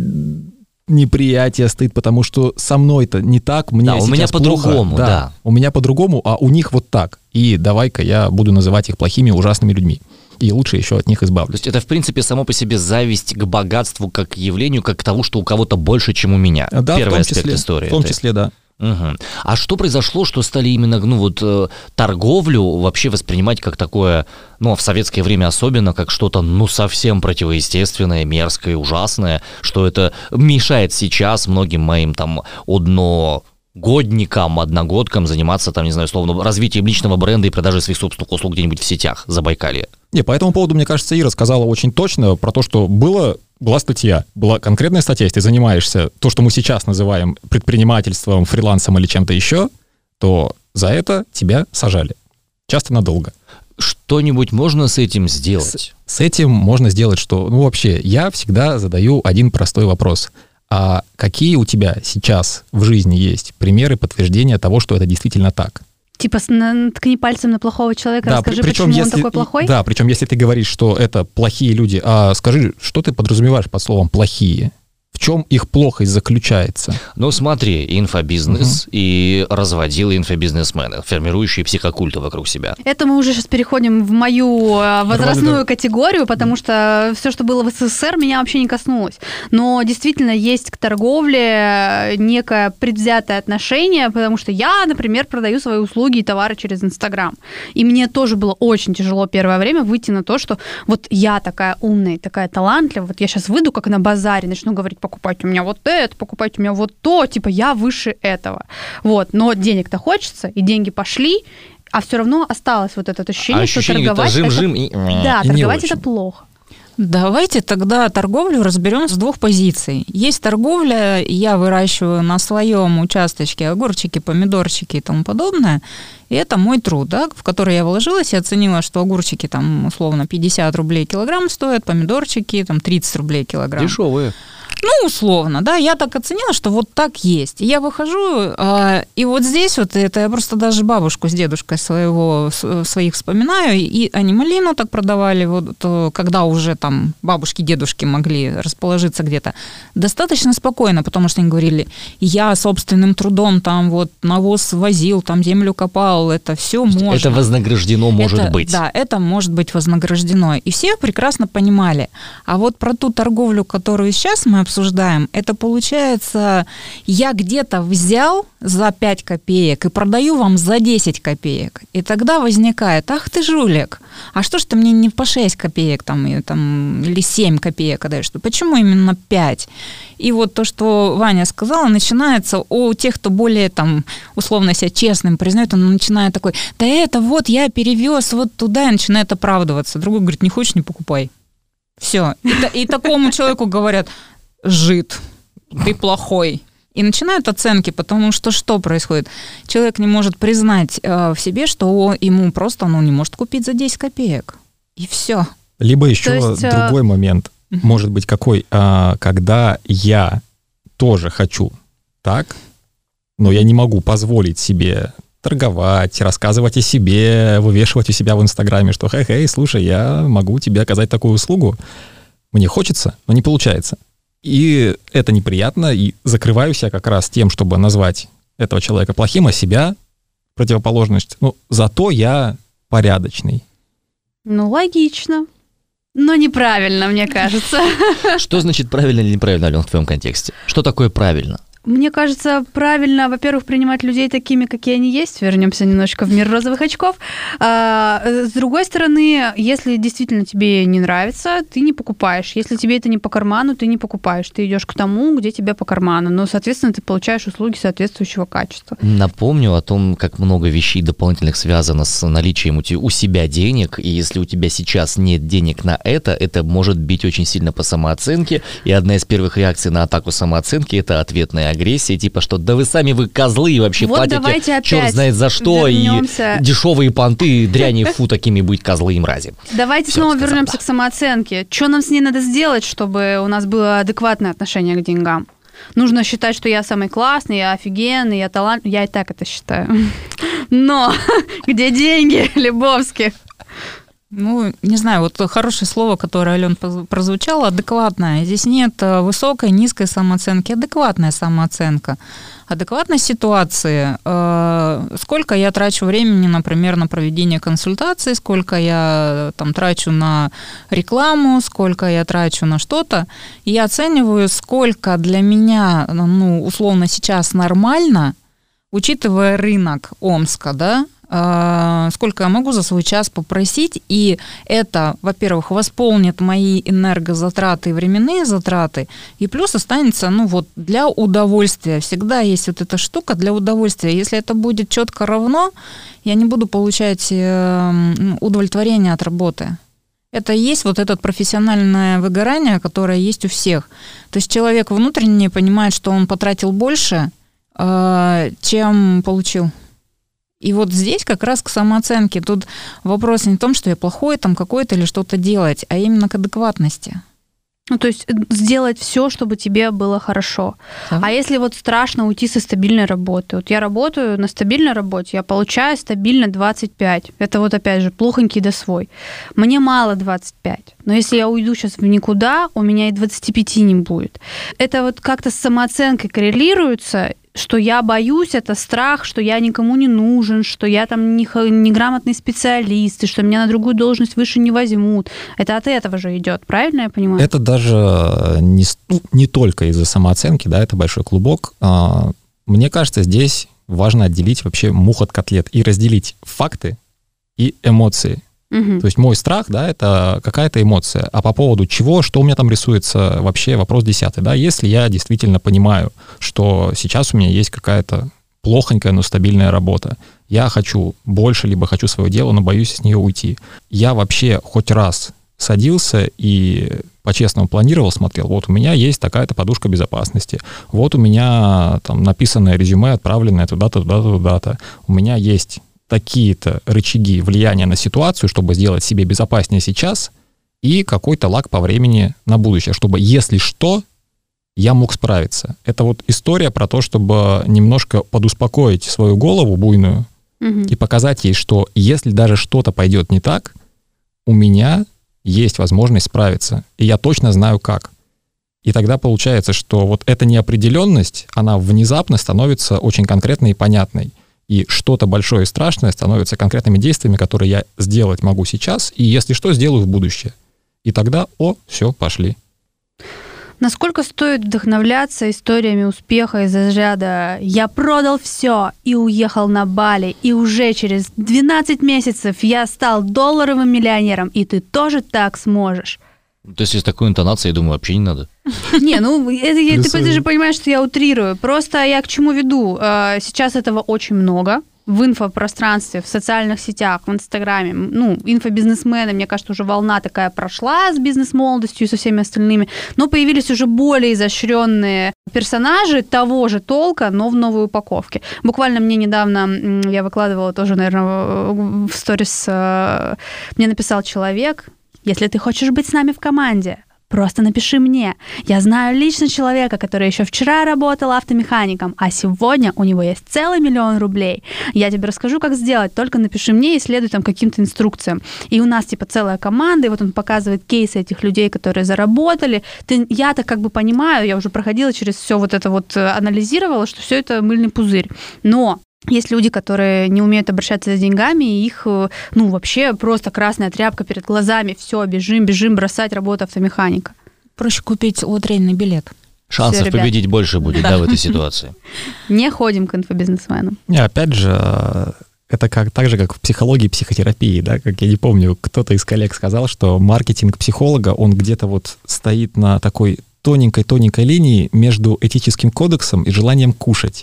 неприятие стоит, потому что со мной-то не так, мне сейчас у меня по-другому, да. У меня по-другому, а у них вот так. И давай-ка я буду называть их плохими, ужасными людьми. И лучше еще от них избавлюсь. То есть это, в принципе, само по себе зависть к богатству, как к явлению, как к тому, что у кого-то больше, чем у меня. Да, первый аспект истории. В том числе, да. Угу. А что произошло, что стали именно, торговлю вообще воспринимать как такое, в советское время особенно, как что-то, совсем противоестественное, мерзкое, ужасное, что это мешает сейчас многим моим одногодкам заниматься, условно, развитием личного бренда и продажей своих собственных услуг где-нибудь в сетях Забайкалья. Не, по этому поводу, мне кажется, Ира сказала очень точно про то, что была статья, была конкретная статья, если ты занимаешься то, что мы сейчас называем предпринимательством, фрилансом или чем-то еще, то за это тебя сажали. Часто надолго. Что-нибудь можно с этим сделать? С этим можно сделать, что, вообще, я всегда задаю один простой вопрос. А какие у тебя сейчас в жизни есть примеры подтверждения того, что это действительно так? Типа ткни пальцем на плохого человека, расскажи, почему он такой плохой? Да, причем если ты говоришь, что это плохие люди, а скажи, что ты подразумеваешь под словом «плохие»? В чем их плохость заключается? Смотри, инфобизнес и разводилы инфобизнесмены, формирующие психокульты вокруг себя. Это мы уже сейчас переходим в мою возрастную категорию, потому что все, что было в СССР, меня вообще не коснулось. Но действительно есть к торговле некое предвзятое отношение, потому что я, например, продаю свои услуги и товары через Инстаграм. И мне тоже было очень тяжело первое время выйти на то, что вот я такая умная, такая талантливая, вот я сейчас выйду как на базаре, начну говорить: покупайте у меня вот это, покупайте у меня вот то, типа я выше этого. Но денег-то хочется, и деньги пошли, а все равно осталось вот это ощущение, что торговать... Жим-жим и... Да, торговать это плохо. Давайте тогда торговлю разберем с двух позиций. Есть торговля, я выращиваю на своем участочке огурчики, помидорчики и тому подобное. И это мой труд, да, в который я вложилась и оценила, что огурчики там условно 50 рублей килограмм стоят, помидорчики там 30 рублей килограмм. Дешевые. Ну, условно, да, я так оценила, что вот так есть. И я выхожу, и вот здесь вот это я просто даже бабушку с дедушкой своих вспоминаю, и они малину так продавали, вот, когда уже там бабушки, дедушки могли расположиться где-то, достаточно спокойно, потому что они говорили, я собственным трудом там вот навоз возил, там землю копал, это все можно. Это вознаграждено может быть. Да, это может быть вознаграждено. И все прекрасно понимали. А вот про ту торговлю, которую сейчас мы обсуждаем, это получается, я где-то взял за 5 копеек и продаю вам за 10 копеек. И тогда возникает, ах ты жулик, а что ж ты мне не по 6 копеек там, или 7 копеек даешь? Почему именно 5? И вот то, что Ваня сказала, начинается у тех, кто более там условно себя честным признает, он начинает такой, да это вот я перевез вот туда, и начинает оправдываться. Другой говорит, не хочешь, не покупай. Все. И такому человеку говорят, жид, ты плохой. И начинают оценки, потому что происходит? Человек не может признать в себе, что ему просто не может купить за 10 копеек. И все. Либо еще другой момент, может быть, какой, когда я тоже хочу так, но я не могу позволить себе торговать, рассказывать о себе, вывешивать у себя в Инстаграме, что хей, слушай, я могу тебе оказать такую услугу. Мне хочется, но не получается. И это неприятно, и закрываюсь я как раз тем, чтобы назвать этого человека плохим, а себя противоположность. Зато я порядочный. Логично. Но неправильно, мне кажется. Что значит правильно или неправильно, Алена, в твоем контексте? Что такое правильно? Мне кажется, правильно, во-первых, принимать людей такими, какие они есть. Вернемся немножечко в мир розовых очков. С другой стороны, если действительно тебе не нравится, ты не покупаешь. Если тебе это не по карману, ты не покупаешь. Ты идешь к тому, где тебе по карману. Но, соответственно, ты получаешь услуги соответствующего качества. Напомню о том, как много вещей дополнительных связано с наличием у себя денег. И если у тебя сейчас нет денег на это может бить очень сильно по самооценке. И одна из первых реакций на атаку самооценки – это ответная агрессия, типа что да вы козлы и вообще вот платите черт знает за что, вернемся. И дешевые понты, дряни, такими быть козлы и мрази. Давайте снова вернемся к самооценке. Что нам с ней надо сделать, чтобы у нас было адекватное отношение к деньгам? Нужно считать, что я самый классный, я офигенный, я талантливый. Я и так это считаю. Но где деньги, Лебовски? Не знаю, вот хорошее слово, которое, Ален, прозвучало, адекватное. Здесь нет высокой, низкой самооценки, адекватная самооценка. Адекватность ситуации. Сколько я трачу времени, например, на проведение консультаций, сколько я там трачу на рекламу, сколько я трачу на что-то. И я оцениваю, сколько для меня, условно, сейчас нормально, учитывая рынок Омска, да, сколько я могу за свой час попросить, и это, во-первых, восполнит мои энергозатраты и временные затраты, и плюс останется, для удовольствия. Всегда есть вот эта штука для удовольствия. Если это будет четко равно, я не буду получать удовлетворение от работы. Это и есть вот это профессиональное выгорание, которое есть у всех. То есть человек внутренне понимает, что он потратил больше, чем получил. И вот здесь как раз к самооценке. Тут вопрос не в том, что я плохой там какой-то или что-то делать, а именно к адекватности. То есть сделать все, чтобы тебе было хорошо. Да. А если страшно уйти со стабильной работы? Я работаю на стабильной работе, я получаю стабильно 25. Это опять же плохонький свой. Мне мало 25. Но если я уйду сейчас в никуда, у меня и 25 не будет. Это как-то с самооценкой коррелируется, что я боюсь, это страх, что я никому не нужен, что я там неграмотный специалист, и что меня на другую должность выше не возьмут. Это от этого же идет, правильно я понимаю? Это даже не только из-за самооценки, да, это большой клубок. Мне кажется, здесь важно отделить вообще мух от котлет и разделить факты и эмоции. То есть мой страх, да, это какая-то эмоция. А по поводу чего, что у меня там рисуется, вообще вопрос 10, да. Если я действительно понимаю, что сейчас у меня есть какая-то плохонькая, но стабильная работа, я хочу больше, либо хочу свое дело, но боюсь с нее уйти. Я вообще хоть раз садился и по-честному планировал, смотрел, вот у меня есть такая-то подушка безопасности, вот у меня там написанное резюме, отправленное туда-то, туда-то, туда-то, у меня есть такие-то рычаги влияния на ситуацию, чтобы сделать себе безопаснее сейчас, и какой-то лаг по времени на будущее, чтобы, если что, я мог справиться. Это вот история про то, чтобы немножко подуспокоить свою голову буйную и показать ей, что если даже что-то пойдет не так, у меня есть возможность справиться, и я точно знаю как. И тогда получается, что вот эта неопределенность, она внезапно становится очень конкретной и понятной. И что-то большое и страшное становится конкретными действиями, которые я сделать могу сейчас, и если что, сделаю в будущее. И тогда, все, пошли. Насколько стоит вдохновляться историями успеха из разряда «Я продал все и уехал на Бали, и уже через 12 месяцев я стал долларовым миллионером, и ты тоже так сможешь». То есть с такой интонацией, я думаю, вообще не надо. Не, ты же понимаешь, что я утрирую. Просто я к чему веду? Сейчас этого очень много. В инфопространстве, в социальных сетях, в Инстаграме, инфобизнесмены, мне кажется, уже волна такая прошла с бизнес-молодостью и со всеми остальными, но появились уже более изощренные персонажи того же толка, но в новой упаковке. Буквально мне недавно, я выкладывала тоже, наверное, в сторис, мне написал человек: «Если ты хочешь быть с нами в команде, просто напиши мне. Я знаю лично человека, который еще вчера работал автомехаником, а сегодня у него есть целый 1 000 000 рублей. Я тебе расскажу, как сделать, только напиши мне и следуй там каким-то инструкциям». И у нас целая команда, и вот он показывает кейсы этих людей, которые заработали. Я-то как бы понимаю, я уже проходила через все вот это вот, анализировала, что все это мыльный пузырь. Но есть люди, которые не умеют обращаться за деньгами, и их, вообще просто красная тряпка перед глазами. Все, бежим, бросать работу автомеханика. Проще купить лотерейный билет. Шансов Всё, победить больше будет, да, в этой ситуации. Не ходим к инфобизнесменам. И опять же, это так же, как в психологии и психотерапии, да, как я не помню, кто-то из коллег сказал, что маркетинг психолога, он где-то вот стоит на такой тоненькой линии между этическим кодексом и желанием кушать.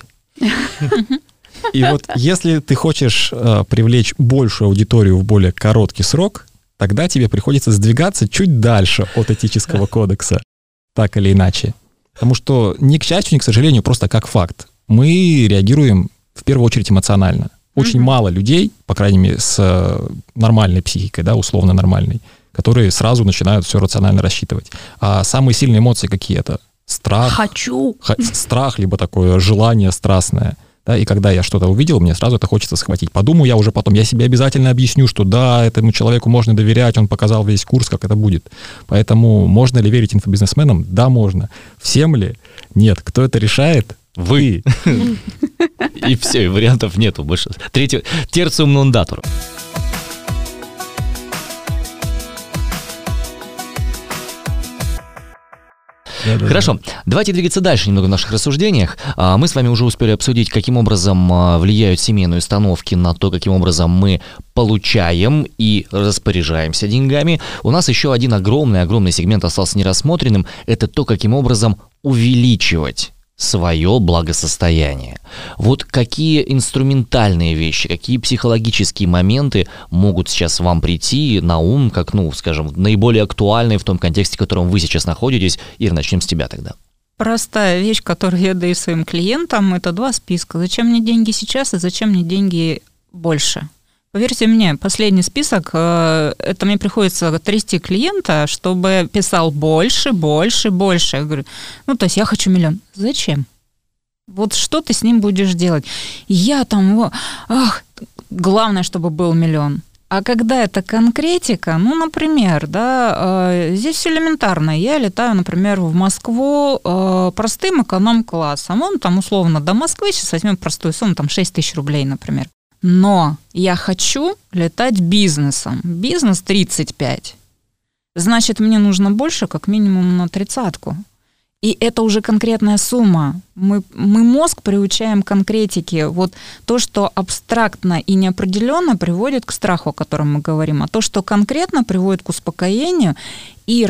И вот если ты хочешь привлечь большую аудиторию в более короткий срок, тогда тебе приходится сдвигаться чуть дальше от этического кодекса, так или иначе. Потому что ни к счастью, ни к сожалению, просто как факт. Мы реагируем в первую очередь эмоционально. Очень мало людей, по крайней мере, с нормальной психикой, да, условно нормальной, которые сразу начинают все рационально рассчитывать. А самые сильные эмоции какие это? Страх. Хочу. Страх, либо такое желание страстное. Да, и когда я что-то увидел, мне сразу это хочется схватить. Подумаю я уже потом, я себе обязательно объясню, что да, этому человеку можно доверять, он показал весь курс, как это будет. Поэтому можно ли верить инфобизнесменам? Да, можно. Всем ли? Нет. Кто это решает? Вы. И все, и вариантов нету больше. Терциум нон датур. Хорошо, давайте двигаться дальше немного в наших рассуждениях. Мы с вами уже успели обсудить, каким образом влияют семейные установки на то, каким образом мы получаем и распоряжаемся деньгами. У нас еще один огромный сегмент остался нерассмотренным. Это то, каким образом увеличивать свое благосостояние. Вот какие инструментальные вещи, какие психологические моменты могут сейчас вам прийти на ум, как, скажем, наиболее актуальные в том контексте, в котором вы сейчас находитесь? Ир, начнем с тебя тогда. Простая вещь, которую я даю своим клиентам, это 2 списка. Зачем мне деньги сейчас и зачем мне деньги больше? Поверьте мне, последний список, это мне приходится трясти клиента, чтобы писал больше. Я говорю, то есть я хочу 1 000 000. Зачем? Вот что ты с ним будешь делать? Я там, главное, чтобы был 1 000 000. А когда это конкретика, например, да, здесь все элементарно. Я летаю, например, в Москву простым эконом-классом. Он там условно до Москвы, сейчас возьмем простую сумму, там 6 000 рублей, например. Но я хочу летать бизнесом. Бизнес 35. Значит, мне нужно больше, как минимум на 30-ку. И это уже конкретная сумма. Мы мозг приучаем к конкретике. Вот то, что абстрактно и неопределенно, приводит к страху, о котором мы говорим. А то, что конкретно, приводит к успокоению и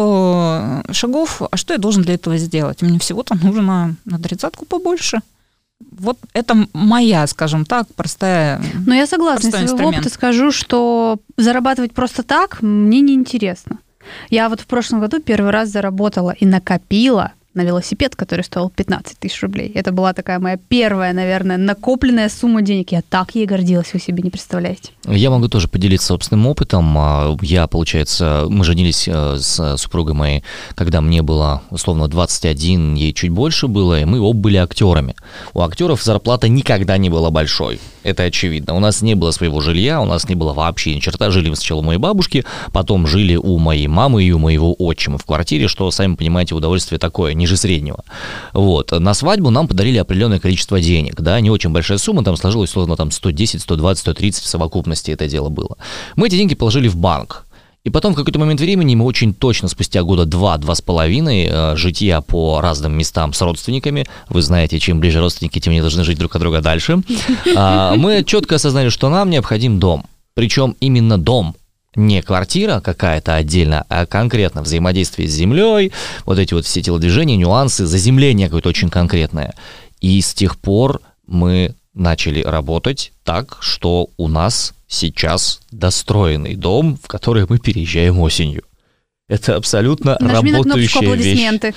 расчету шагов. А что я должен для этого сделать? Мне всего там нужно на 30-ку побольше. Вот это моя, скажем так, простая. Но я согласна, из своего опыта скажу, что зарабатывать просто так мне неинтересно. Я вот в прошлом году первый раз заработала и накопила на велосипед, который стоил 15 тысяч рублей. Это была такая моя первая, наверное, накопленная сумма денег. Я так ей гордилась, вы себе не представляете. Я могу тоже поделиться собственным опытом. Я, получается, мы женились с супругой моей, когда мне было, условно, 21, ей чуть больше было, и мы оба были актерами. У актеров зарплата никогда не была большой. Это очевидно. У нас не было своего жилья, у нас не было вообще ни черта. Жили мы сначала у моей бабушки, потом жили у моей мамы и у моего отчима в квартире, что, сами понимаете, удовольствие такое, ниже среднего. Вот. На свадьбу нам подарили определенное количество денег, да, не очень большая сумма, там сложилось, условно, там 110, 120, 130 в совокупности это дело было. Мы эти деньги положили в банк. И потом в какой-то момент времени мы очень точно, спустя года 2-2,5 житья по разным местам с родственниками, вы знаете, чем ближе родственники, тем они должны жить друг от друга дальше, мы четко осознали, что нам необходим дом. Причем именно дом, не квартира какая-то отдельно, а конкретно взаимодействие с землей, вот эти вот все телодвижения, нюансы, заземление какое-то очень конкретное. И с тех пор мы начали работать так, что у нас сейчас достроенный дом, в который мы переезжаем осенью. Это абсолютно Нажми работающая на кнопочку вещь. аплодисменты.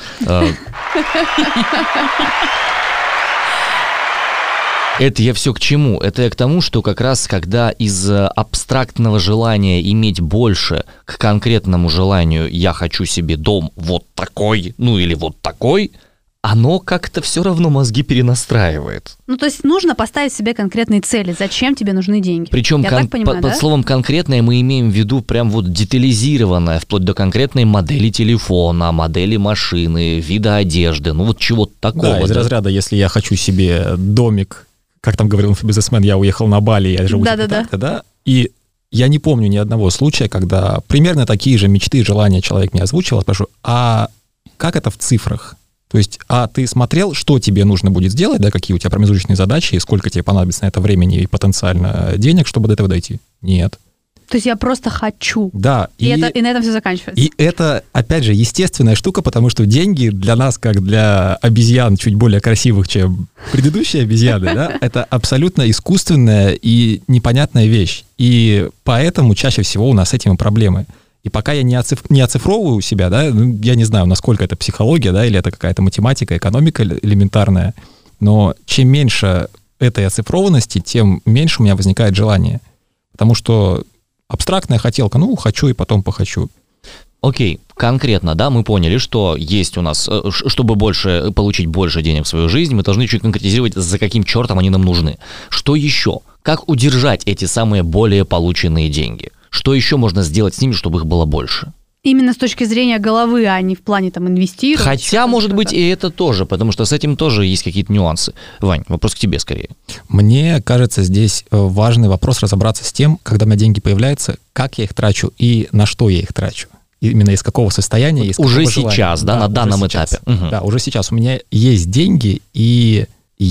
Это я все к чему? Это я к тому, что как раз когда из абстрактного желания иметь больше к конкретному желанию «я хочу себе дом вот такой», ну или вот такой, оно как-то все равно мозги перенастраивает. Ну, то есть нужно поставить себе конкретные цели. Зачем тебе нужны деньги? Причем Я так понимаю, под словом «конкретное» мы имеем в виду прям вот детализированное, вплоть до конкретной модели телефона, модели машины, вида одежды, ну вот чего-то такого. Да, из разряда, если я хочу себе домик, как там говорил бизнесмен, я уехал на Бали, я живу так-то, да? И я не помню ни одного случая, когда примерно такие же мечты и желания человек мне озвучивал, спрашиваю, а как это в цифрах? То есть, а ты смотрел, что тебе нужно будет сделать, да, какие у тебя промежуточные задачи, и сколько тебе понадобится на это времени и потенциально денег, чтобы до этого дойти? Нет. То есть я просто хочу. Да. И на этом все заканчивается. И это, опять же, естественная штука, потому что деньги для нас, как для обезьян чуть более красивых, чем предыдущие обезьяны, да, это абсолютно искусственная и непонятная вещь. И поэтому чаще всего у нас с этим проблемы. И пока я не оцифровываю себя, да, я не знаю, насколько это психология, да, или это какая-то математика, экономика элементарная, но чем меньше этой оцифрованности, тем меньше у меня возникает желание. Потому что абстрактная хотелка, ну, хочу и потом похочу. Окей, конкретно, да, мы поняли, что есть у нас, чтобы получить больше денег в свою жизнь, мы должны чуть конкретизировать, за каким чертом они нам нужны. Что еще? Как удержать эти самые более полученные деньги? Что еще можно сделать с ними, чтобы их было больше? Именно с точки зрения головы, а не в плане там инвестировать. Хотя, может быть, и это тоже, потому что с этим тоже есть какие-то нюансы. Вань, вопрос к тебе скорее. Мне кажется, здесь важный вопрос разобраться с тем, когда у меня деньги появляются, как я их трачу и на что я их трачу. Именно из какого состояния, из какого уже желания. Сейчас, да, на данном сейчас. этапе. Угу. Да, уже сейчас у меня есть деньги, и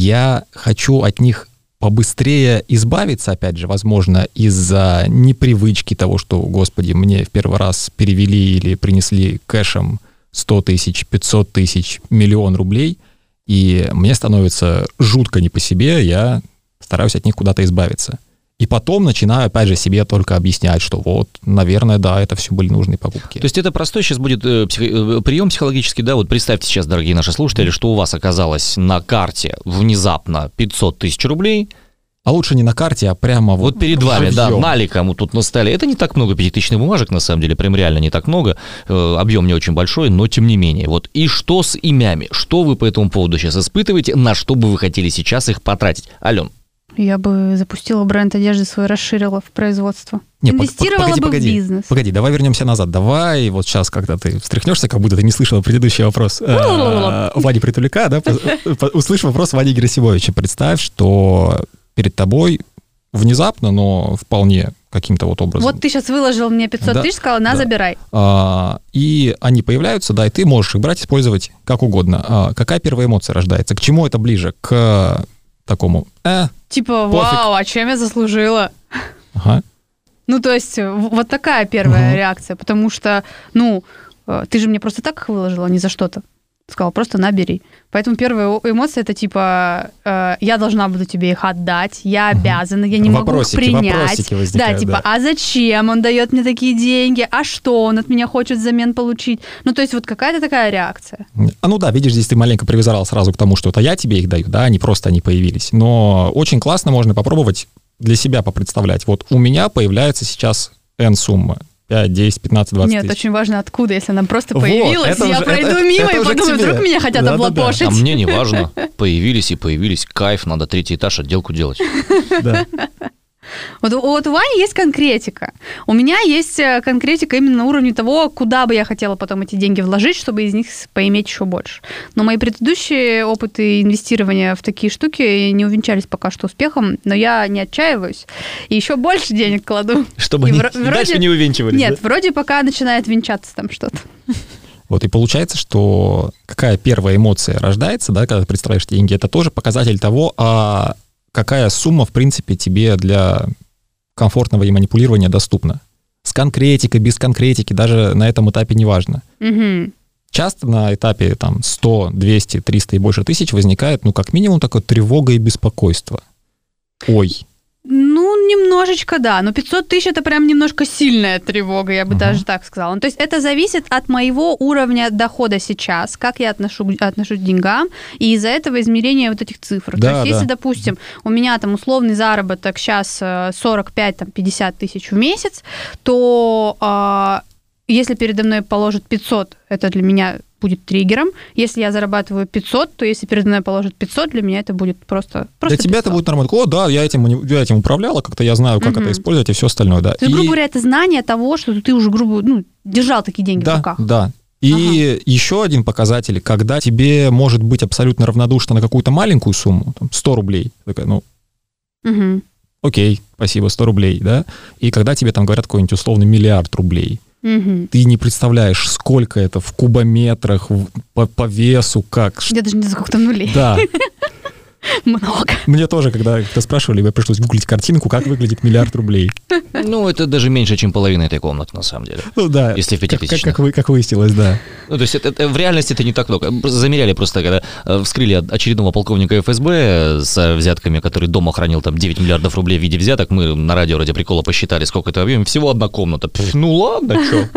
я хочу от них побыстрее избавиться, опять же, возможно, из-за непривычки того, что, господи, мне в первый раз перевели или принесли кэшем 100 тысяч, 500 тысяч, 1 000 000 рублей, и мне становится жутко не по себе, я стараюсь от них куда-то избавиться. И потом начинаю, опять же, себе только объяснять, что вот, наверное, да, это все были нужные покупки. То есть это простой сейчас будет прием психологический, да? Вот представьте сейчас, дорогие наши слушатели, что у вас оказалось на карте внезапно 500 тысяч рублей. А лучше не на карте, а прямо вот перед вами, да, живьем. наликом тут на столе. Это не так много пятитысячных бумажек, на самом деле, прям реально не так много. Объем не очень большой, но тем не менее. Вот и что с имями? Что вы по этому поводу сейчас испытываете? На что бы вы хотели сейчас их потратить? Ален. Я бы запустила бренд одежды свой, расширила в производство. Не, инвестировала бы в бизнес. Погоди, давай вернемся назад. Давай вот сейчас, когда ты встряхнешься, как будто ты не слышала предыдущий вопрос Вани Притуляка, да, услышь вопрос Вани Герасимовича. Представь, что перед тобой внезапно, но вполне каким-то вот образом. Вот ты сейчас выложил мне 500 тысяч, сказала, забирай. И они появляются, да, и ты можешь их брать, использовать как угодно. Какая первая эмоция рождается? К чему это ближе? К такому типа, пофиг. вау, а чем я заслужила? Ага. Ну, то есть, вот такая первая реакция, потому что, ты же мне просто так их выложила, а не за что-то. Сказала, просто набери. Поэтому первая эмоция это типа я должна буду тебе их отдать, я обязана, я не могу их принять. Вопросики возникают, да, типа, а зачем он дает мне такие деньги? А что он от меня хочет взамен получить? Ну, то есть вот какая-то такая реакция. Ну да, видишь, здесь ты маленько привязала сразу к тому, что это я тебе их даю, да, они просто они появились. Но очень классно можно попробовать для себя попредставлять. Вот у меня появляется сейчас N сумма. 5, 10, 15, 20 Нет, тысяч. очень важно, откуда, если она просто появилась, я уже, пройду мимо и подумаю, вдруг меня хотят облапошить. А мне не важно. Появились и появились. Кайф, надо 3-й этаж, отделку делать. Да. Вот у Вани есть конкретика. У меня есть конкретика именно на уровне того, куда бы я хотела потом эти деньги вложить, чтобы из них поиметь еще больше. Но мои предыдущие опыты инвестирования в такие штуки не увенчались пока что успехом, но я не отчаиваюсь и еще больше денег кладу. Чтобы они дальше не увенчивались. Нет, вроде пока начинает венчаться там что-то. Вот и получается, что какая первая эмоция рождается, да, когда ты представляешь деньги, это тоже показатель того, какая сумма, в принципе, тебе для комфортного и манипулирования доступна. С конкретикой, без конкретики, даже на этом этапе не важно. Угу. Часто на этапе там 100, 200, 300 и больше тысяч возникает, ну, как минимум, такое тревога и беспокойство. Ой. Ну, немножечко, да. Но 500 тысяч – это прям немножко сильная тревога, я бы даже так сказала. Ну, то есть это зависит от моего уровня дохода сейчас, как я отношусь к деньгам, и из-за этого измерения вот этих цифр. Да, то есть если, допустим, у меня там условный заработок сейчас 45-50 тысяч в месяц, то если передо мной положат 500, это для меня будет триггером. Если я зарабатываю 500, то если передо мной положат 500, для меня это будет просто для тебя 500. это будет нормально. О, да, я этим управляла, как-то я знаю, как это использовать и все остальное, да. То есть, грубо говоря, это знание того, что ты уже, держал такие деньги в руках. Да. И еще один показатель, когда тебе может быть абсолютно равнодушно на какую-то маленькую сумму, там, 100 рублей, такая, окей, спасибо, 100 рублей, да, и когда тебе там говорят какой-нибудь условный 1 миллиард рублей, ты не представляешь, сколько это в кубометрах, по весу, как. Я даже не знаю, сколько там нулей. Да. Много. Мне тоже, когда спрашивали, мне пришлось гуглить картинку, как выглядит 1 миллиард рублей. Ну, это даже меньше, чем половина этой комнаты, на самом деле. Ну да, если в 5000. Как выяснилось, да. Ну, то есть в реальности это не так много. Замеряли просто, когда вскрыли очередного полковника ФСБ с взятками, который дома хранил там 9 миллиардов рублей в виде взяток, мы на радио ради прикола посчитали, сколько это объем, всего одна комната. Ну ладно, что.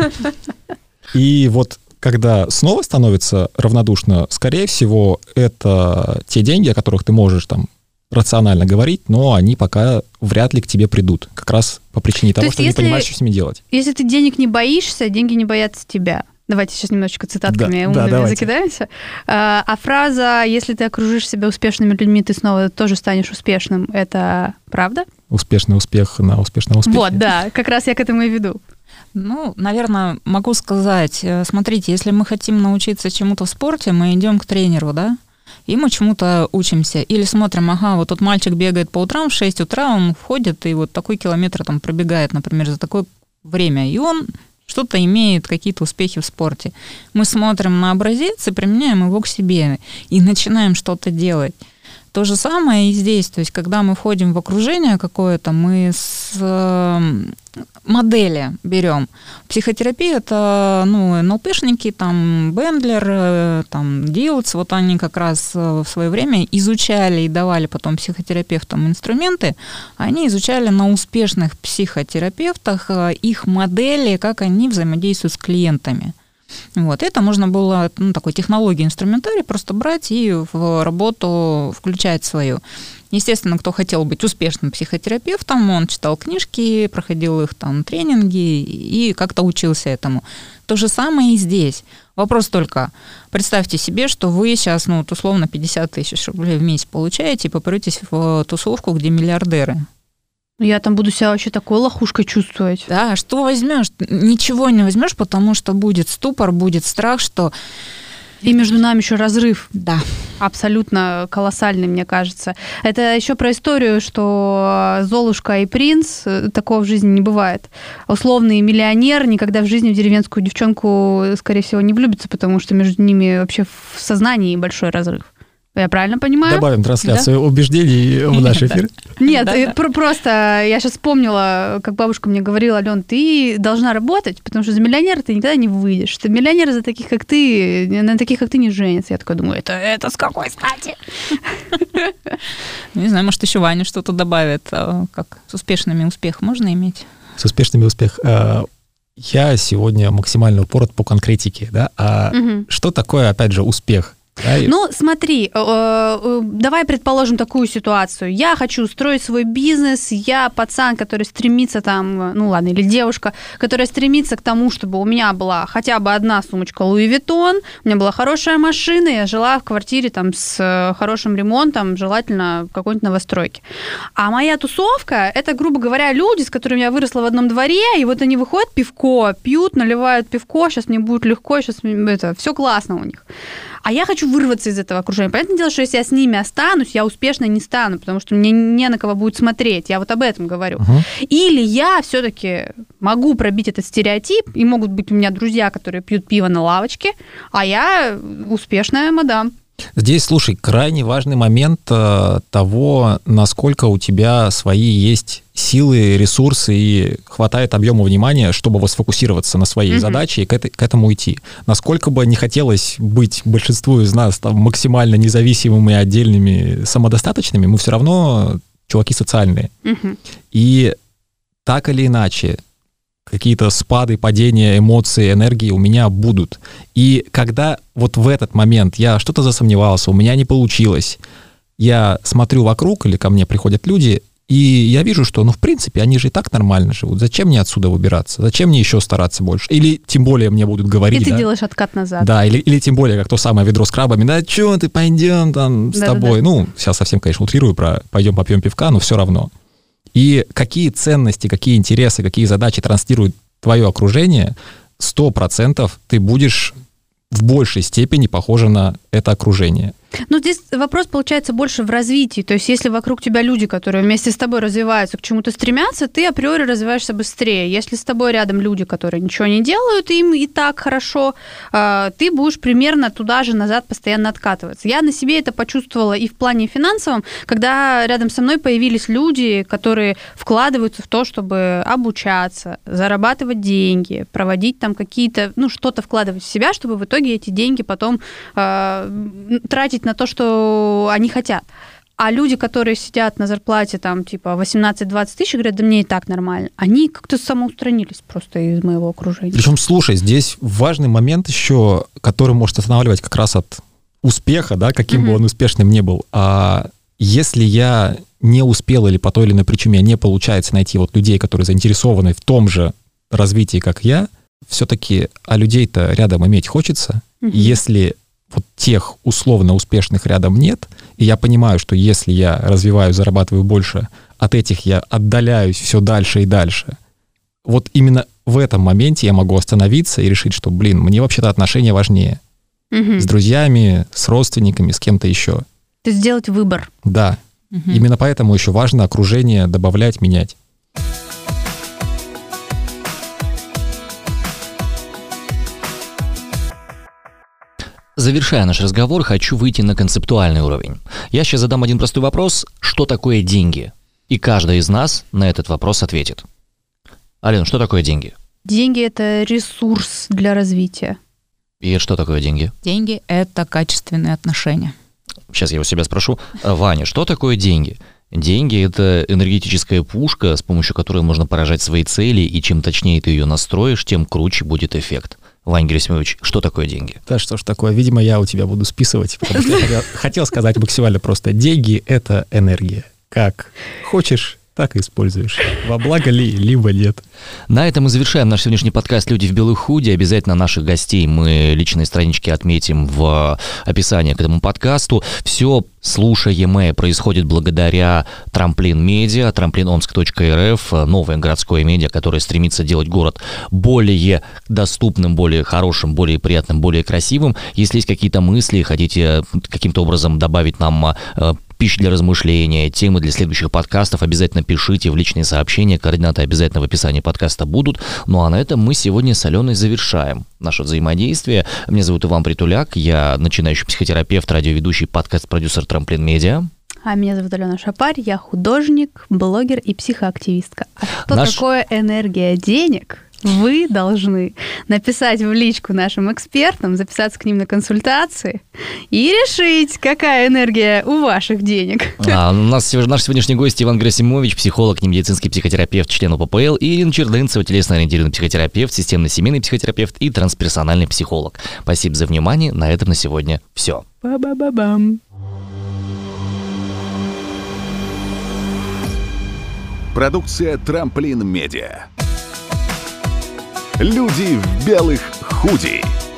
И вот когда снова становится равнодушно, скорее всего, это те деньги, о которых ты можешь там рационально говорить, но они пока вряд ли к тебе придут. Как раз по причине того, что ты не понимаешь, что с ними делать. Если ты денег не боишься, деньги не боятся тебя. Давайте сейчас немножечко цитатками умными закидаемся. А фраза «если ты окружишь себя успешными людьми, ты снова тоже станешь успешным» — это правда? Успешный успех на успешном успехе. Вот, да, как раз я к этому и веду. Ну, наверное, могу сказать, смотрите, если мы хотим научиться чему-то в спорте, мы идем к тренеру, да, и мы чему-то учимся. Или смотрим, вот тут мальчик бегает по утрам, в 6 утра он входит и вот такой километр там пробегает, например, за такое время, и он что-то имеет, какие-то успехи в спорте. Мы смотрим на образец и применяем его к себе, и начинаем что-то делать. То же самое и здесь, то есть когда мы входим в окружение какое-то, мы с модели берем. Психотерапия — это, НЛПшники, там, Бендлер, там, Дилдс, вот они как раз в свое время изучали и давали потом психотерапевтам инструменты, они изучали на успешных психотерапевтах их модели, как они взаимодействуют с клиентами. Вот, это можно было, такой технологией инструментарий просто брать и в работу включать свою. Естественно, кто хотел быть успешным психотерапевтом, он читал книжки, проходил их там тренинги и как-то учился этому. То же самое и здесь. Вопрос только, представьте себе, что вы сейчас, условно, 50 тысяч рублей в месяц получаете и попретесь в тусовку, где миллиардеры. Я там буду себя вообще такой лохушкой чувствовать. Да, что возьмешь? Ничего не возьмешь, потому что будет ступор, будет страх, что... И между нами еще разрыв. Да. Абсолютно колоссальный, мне кажется. Это еще про историю, что Золушка и принц, такого в жизни не бывает. Условный миллионер никогда в жизни в деревенскую девчонку, скорее всего, не влюбится, потому что между ними вообще в сознании большой разрыв. Я правильно понимаю? Добавим трансляцию убеждений в наш эфир. Нет, просто я сейчас вспомнила, как бабушка мне говорила: Ален, ты должна работать, потому что за миллионера ты никогда не выйдешь. Ты миллионер за таких, как ты, на таких, как ты, не женится. Я такая думаю, это с какой стати? Не знаю, может, еще Ваня что-то добавит. Как с успешными успех можно иметь? С успешными успех. Я сегодня максимально упорот по конкретике, да? Что такое, опять же, успех? Ну, смотри, давай предположим такую ситуацию. Я хочу строить свой бизнес, я пацан, который стремится там, ну ладно, или девушка, которая стремится к тому, чтобы у меня была хотя бы одна сумочка Луи Виттон, у меня была хорошая машина, я жила в квартире там с хорошим ремонтом, желательно в какой-нибудь новостройке. А моя тусовка, это, грубо говоря, люди, с которыми я выросла в одном дворе, и вот они выходят, пивко пьют, наливают пивко, сейчас мне будет легко, сейчас это, все классно у них. А я хочу вырваться из этого окружения. Понятное дело, что если я с ними останусь, я успешной не стану, потому что мне не на кого будет смотреть. Я вот об этом говорю. Или я все-таки могу пробить этот стереотип, и могут быть у меня друзья, которые пьют пиво на лавочке, а я успешная мадам. Здесь, слушай, крайне важный момент того, насколько у тебя свои есть силы, ресурсы и хватает объема внимания, чтобы вот сфокусироваться на своей задаче и к этому идти. Насколько бы не хотелось быть большинству из нас там максимально независимыми, отдельными, самодостаточными, мы все равно чуваки социальные. И так или иначе, какие-то спады, падения, эмоции, энергии у меня будут. И когда вот в этот момент я что-то засомневался, у меня не получилось, я смотрю вокруг, или ко мне приходят люди, и я вижу, что, ну, в принципе, они же и так нормально живут. Зачем мне отсюда выбираться? Зачем мне еще стараться больше? Или тем более мне будут говорить, и ты делаешь откат назад. Да, или тем более, как то самое ведро с крабами. Да что ты, пойдем там с тобой. Ну, сейчас совсем, конечно, утрирую про пойдем попьем пивка, но все равно. И какие ценности, какие интересы, какие задачи транслирует твое окружение, 100% ты будешь в большей степени похожа на это окружение. Ну, здесь вопрос получается больше в развитии. То есть, если вокруг тебя люди, которые вместе с тобой развиваются, к чему-то стремятся, ты априори развиваешься быстрее. Если с тобой рядом люди, которые ничего не делают, им и так хорошо, ты будешь примерно туда же назад постоянно откатываться. Я на себе это почувствовала и в плане финансовом, когда рядом со мной появились люди, которые вкладываются в то, чтобы обучаться, зарабатывать деньги, проводить там какие-то, ну, что-то вкладывать в себя, чтобы в итоге эти деньги потом тратить на то, что они хотят. А люди, которые сидят на зарплате там типа 18-20 тысяч, говорят, да мне и так нормально. Они как-то самоустранились просто из моего окружения. Причем, слушай, здесь важный момент еще, который может останавливать как раз от успеха, да, каким бы он успешным ни был. А если я не успел или по той или иной причине не получается найти вот людей, которые заинтересованы в том же развитии, как я, все-таки, а людей-то рядом иметь хочется. Если вот тех условно успешных рядом нет, и я понимаю, что если я развиваю, зарабатываю больше, от этих я отдаляюсь все дальше и дальше. Вот именно в этом моменте я могу остановиться и решить, что, блин, мне вообще-то отношения важнее. С друзьями, с родственниками, с кем-то еще. То есть сделать выбор. Да. Именно поэтому еще важно окружение добавлять, менять. Завершая наш разговор, хочу выйти на концептуальный уровень. Я сейчас задам один простой вопрос. Что такое деньги? И каждый из нас на этот вопрос ответит. Алена, что такое деньги? Деньги – это ресурс для развития. И что такое деньги? Деньги – это качественные отношения. Сейчас я у себя спрошу. Ваня, что такое деньги? Деньги – это энергетическая пушка, с помощью которой можно поражать свои цели, и чем точнее ты ее настроишь, тем круче будет эффект. Вань Герасимович, что такое деньги? Да, что ж такое? Видимо, я у тебя буду списывать, потому что я хотел сказать максимально просто. Деньги — это энергия. Как хочешь, так и используешь. Во благо ли, либо нет. На этом мы завершаем наш сегодняшний подкаст «Люди в белых худи». Обязательно наших гостей мы личные странички отметим в описании к этому подкасту. Все слушаемое происходит благодаря Трамплин Медиа, tramplinomsk.rf, новое городское медиа, которое стремится делать город более доступным, более хорошим, более приятным, более красивым. Если есть какие-то мысли, хотите каким-то образом добавить нам пища для размышления, темы для следующих подкастов, обязательно пишите в личные сообщения, координаты обязательно в описании подкаста будут. Ну а на этом мы сегодня с Аленой завершаем наше взаимодействие. Меня зовут Иван Притуляк, я начинающий психотерапевт, радиоведущий, подкаст-продюсер Трамплин Медиа. А меня зовут Алена Шапарь, я художник, блогер и психоактивистка. А что такое энергия денег? Вы должны написать в личку нашим экспертам, записаться к ним на консультации и решить, какая энергия у ваших денег. Наш сегодняшний гость Иван Герасимович, психолог, немедицинский психотерапевт, член ОППЛ, и Ирина Чердынцева, телесно-ориентированный психотерапевт, системно-семейный психотерапевт и трансперсональный психолог. Спасибо за внимание. На этом на сегодня все. Ба-ба-ба-бам. Продукция «Трамплин Медиа». Люди в белых худи.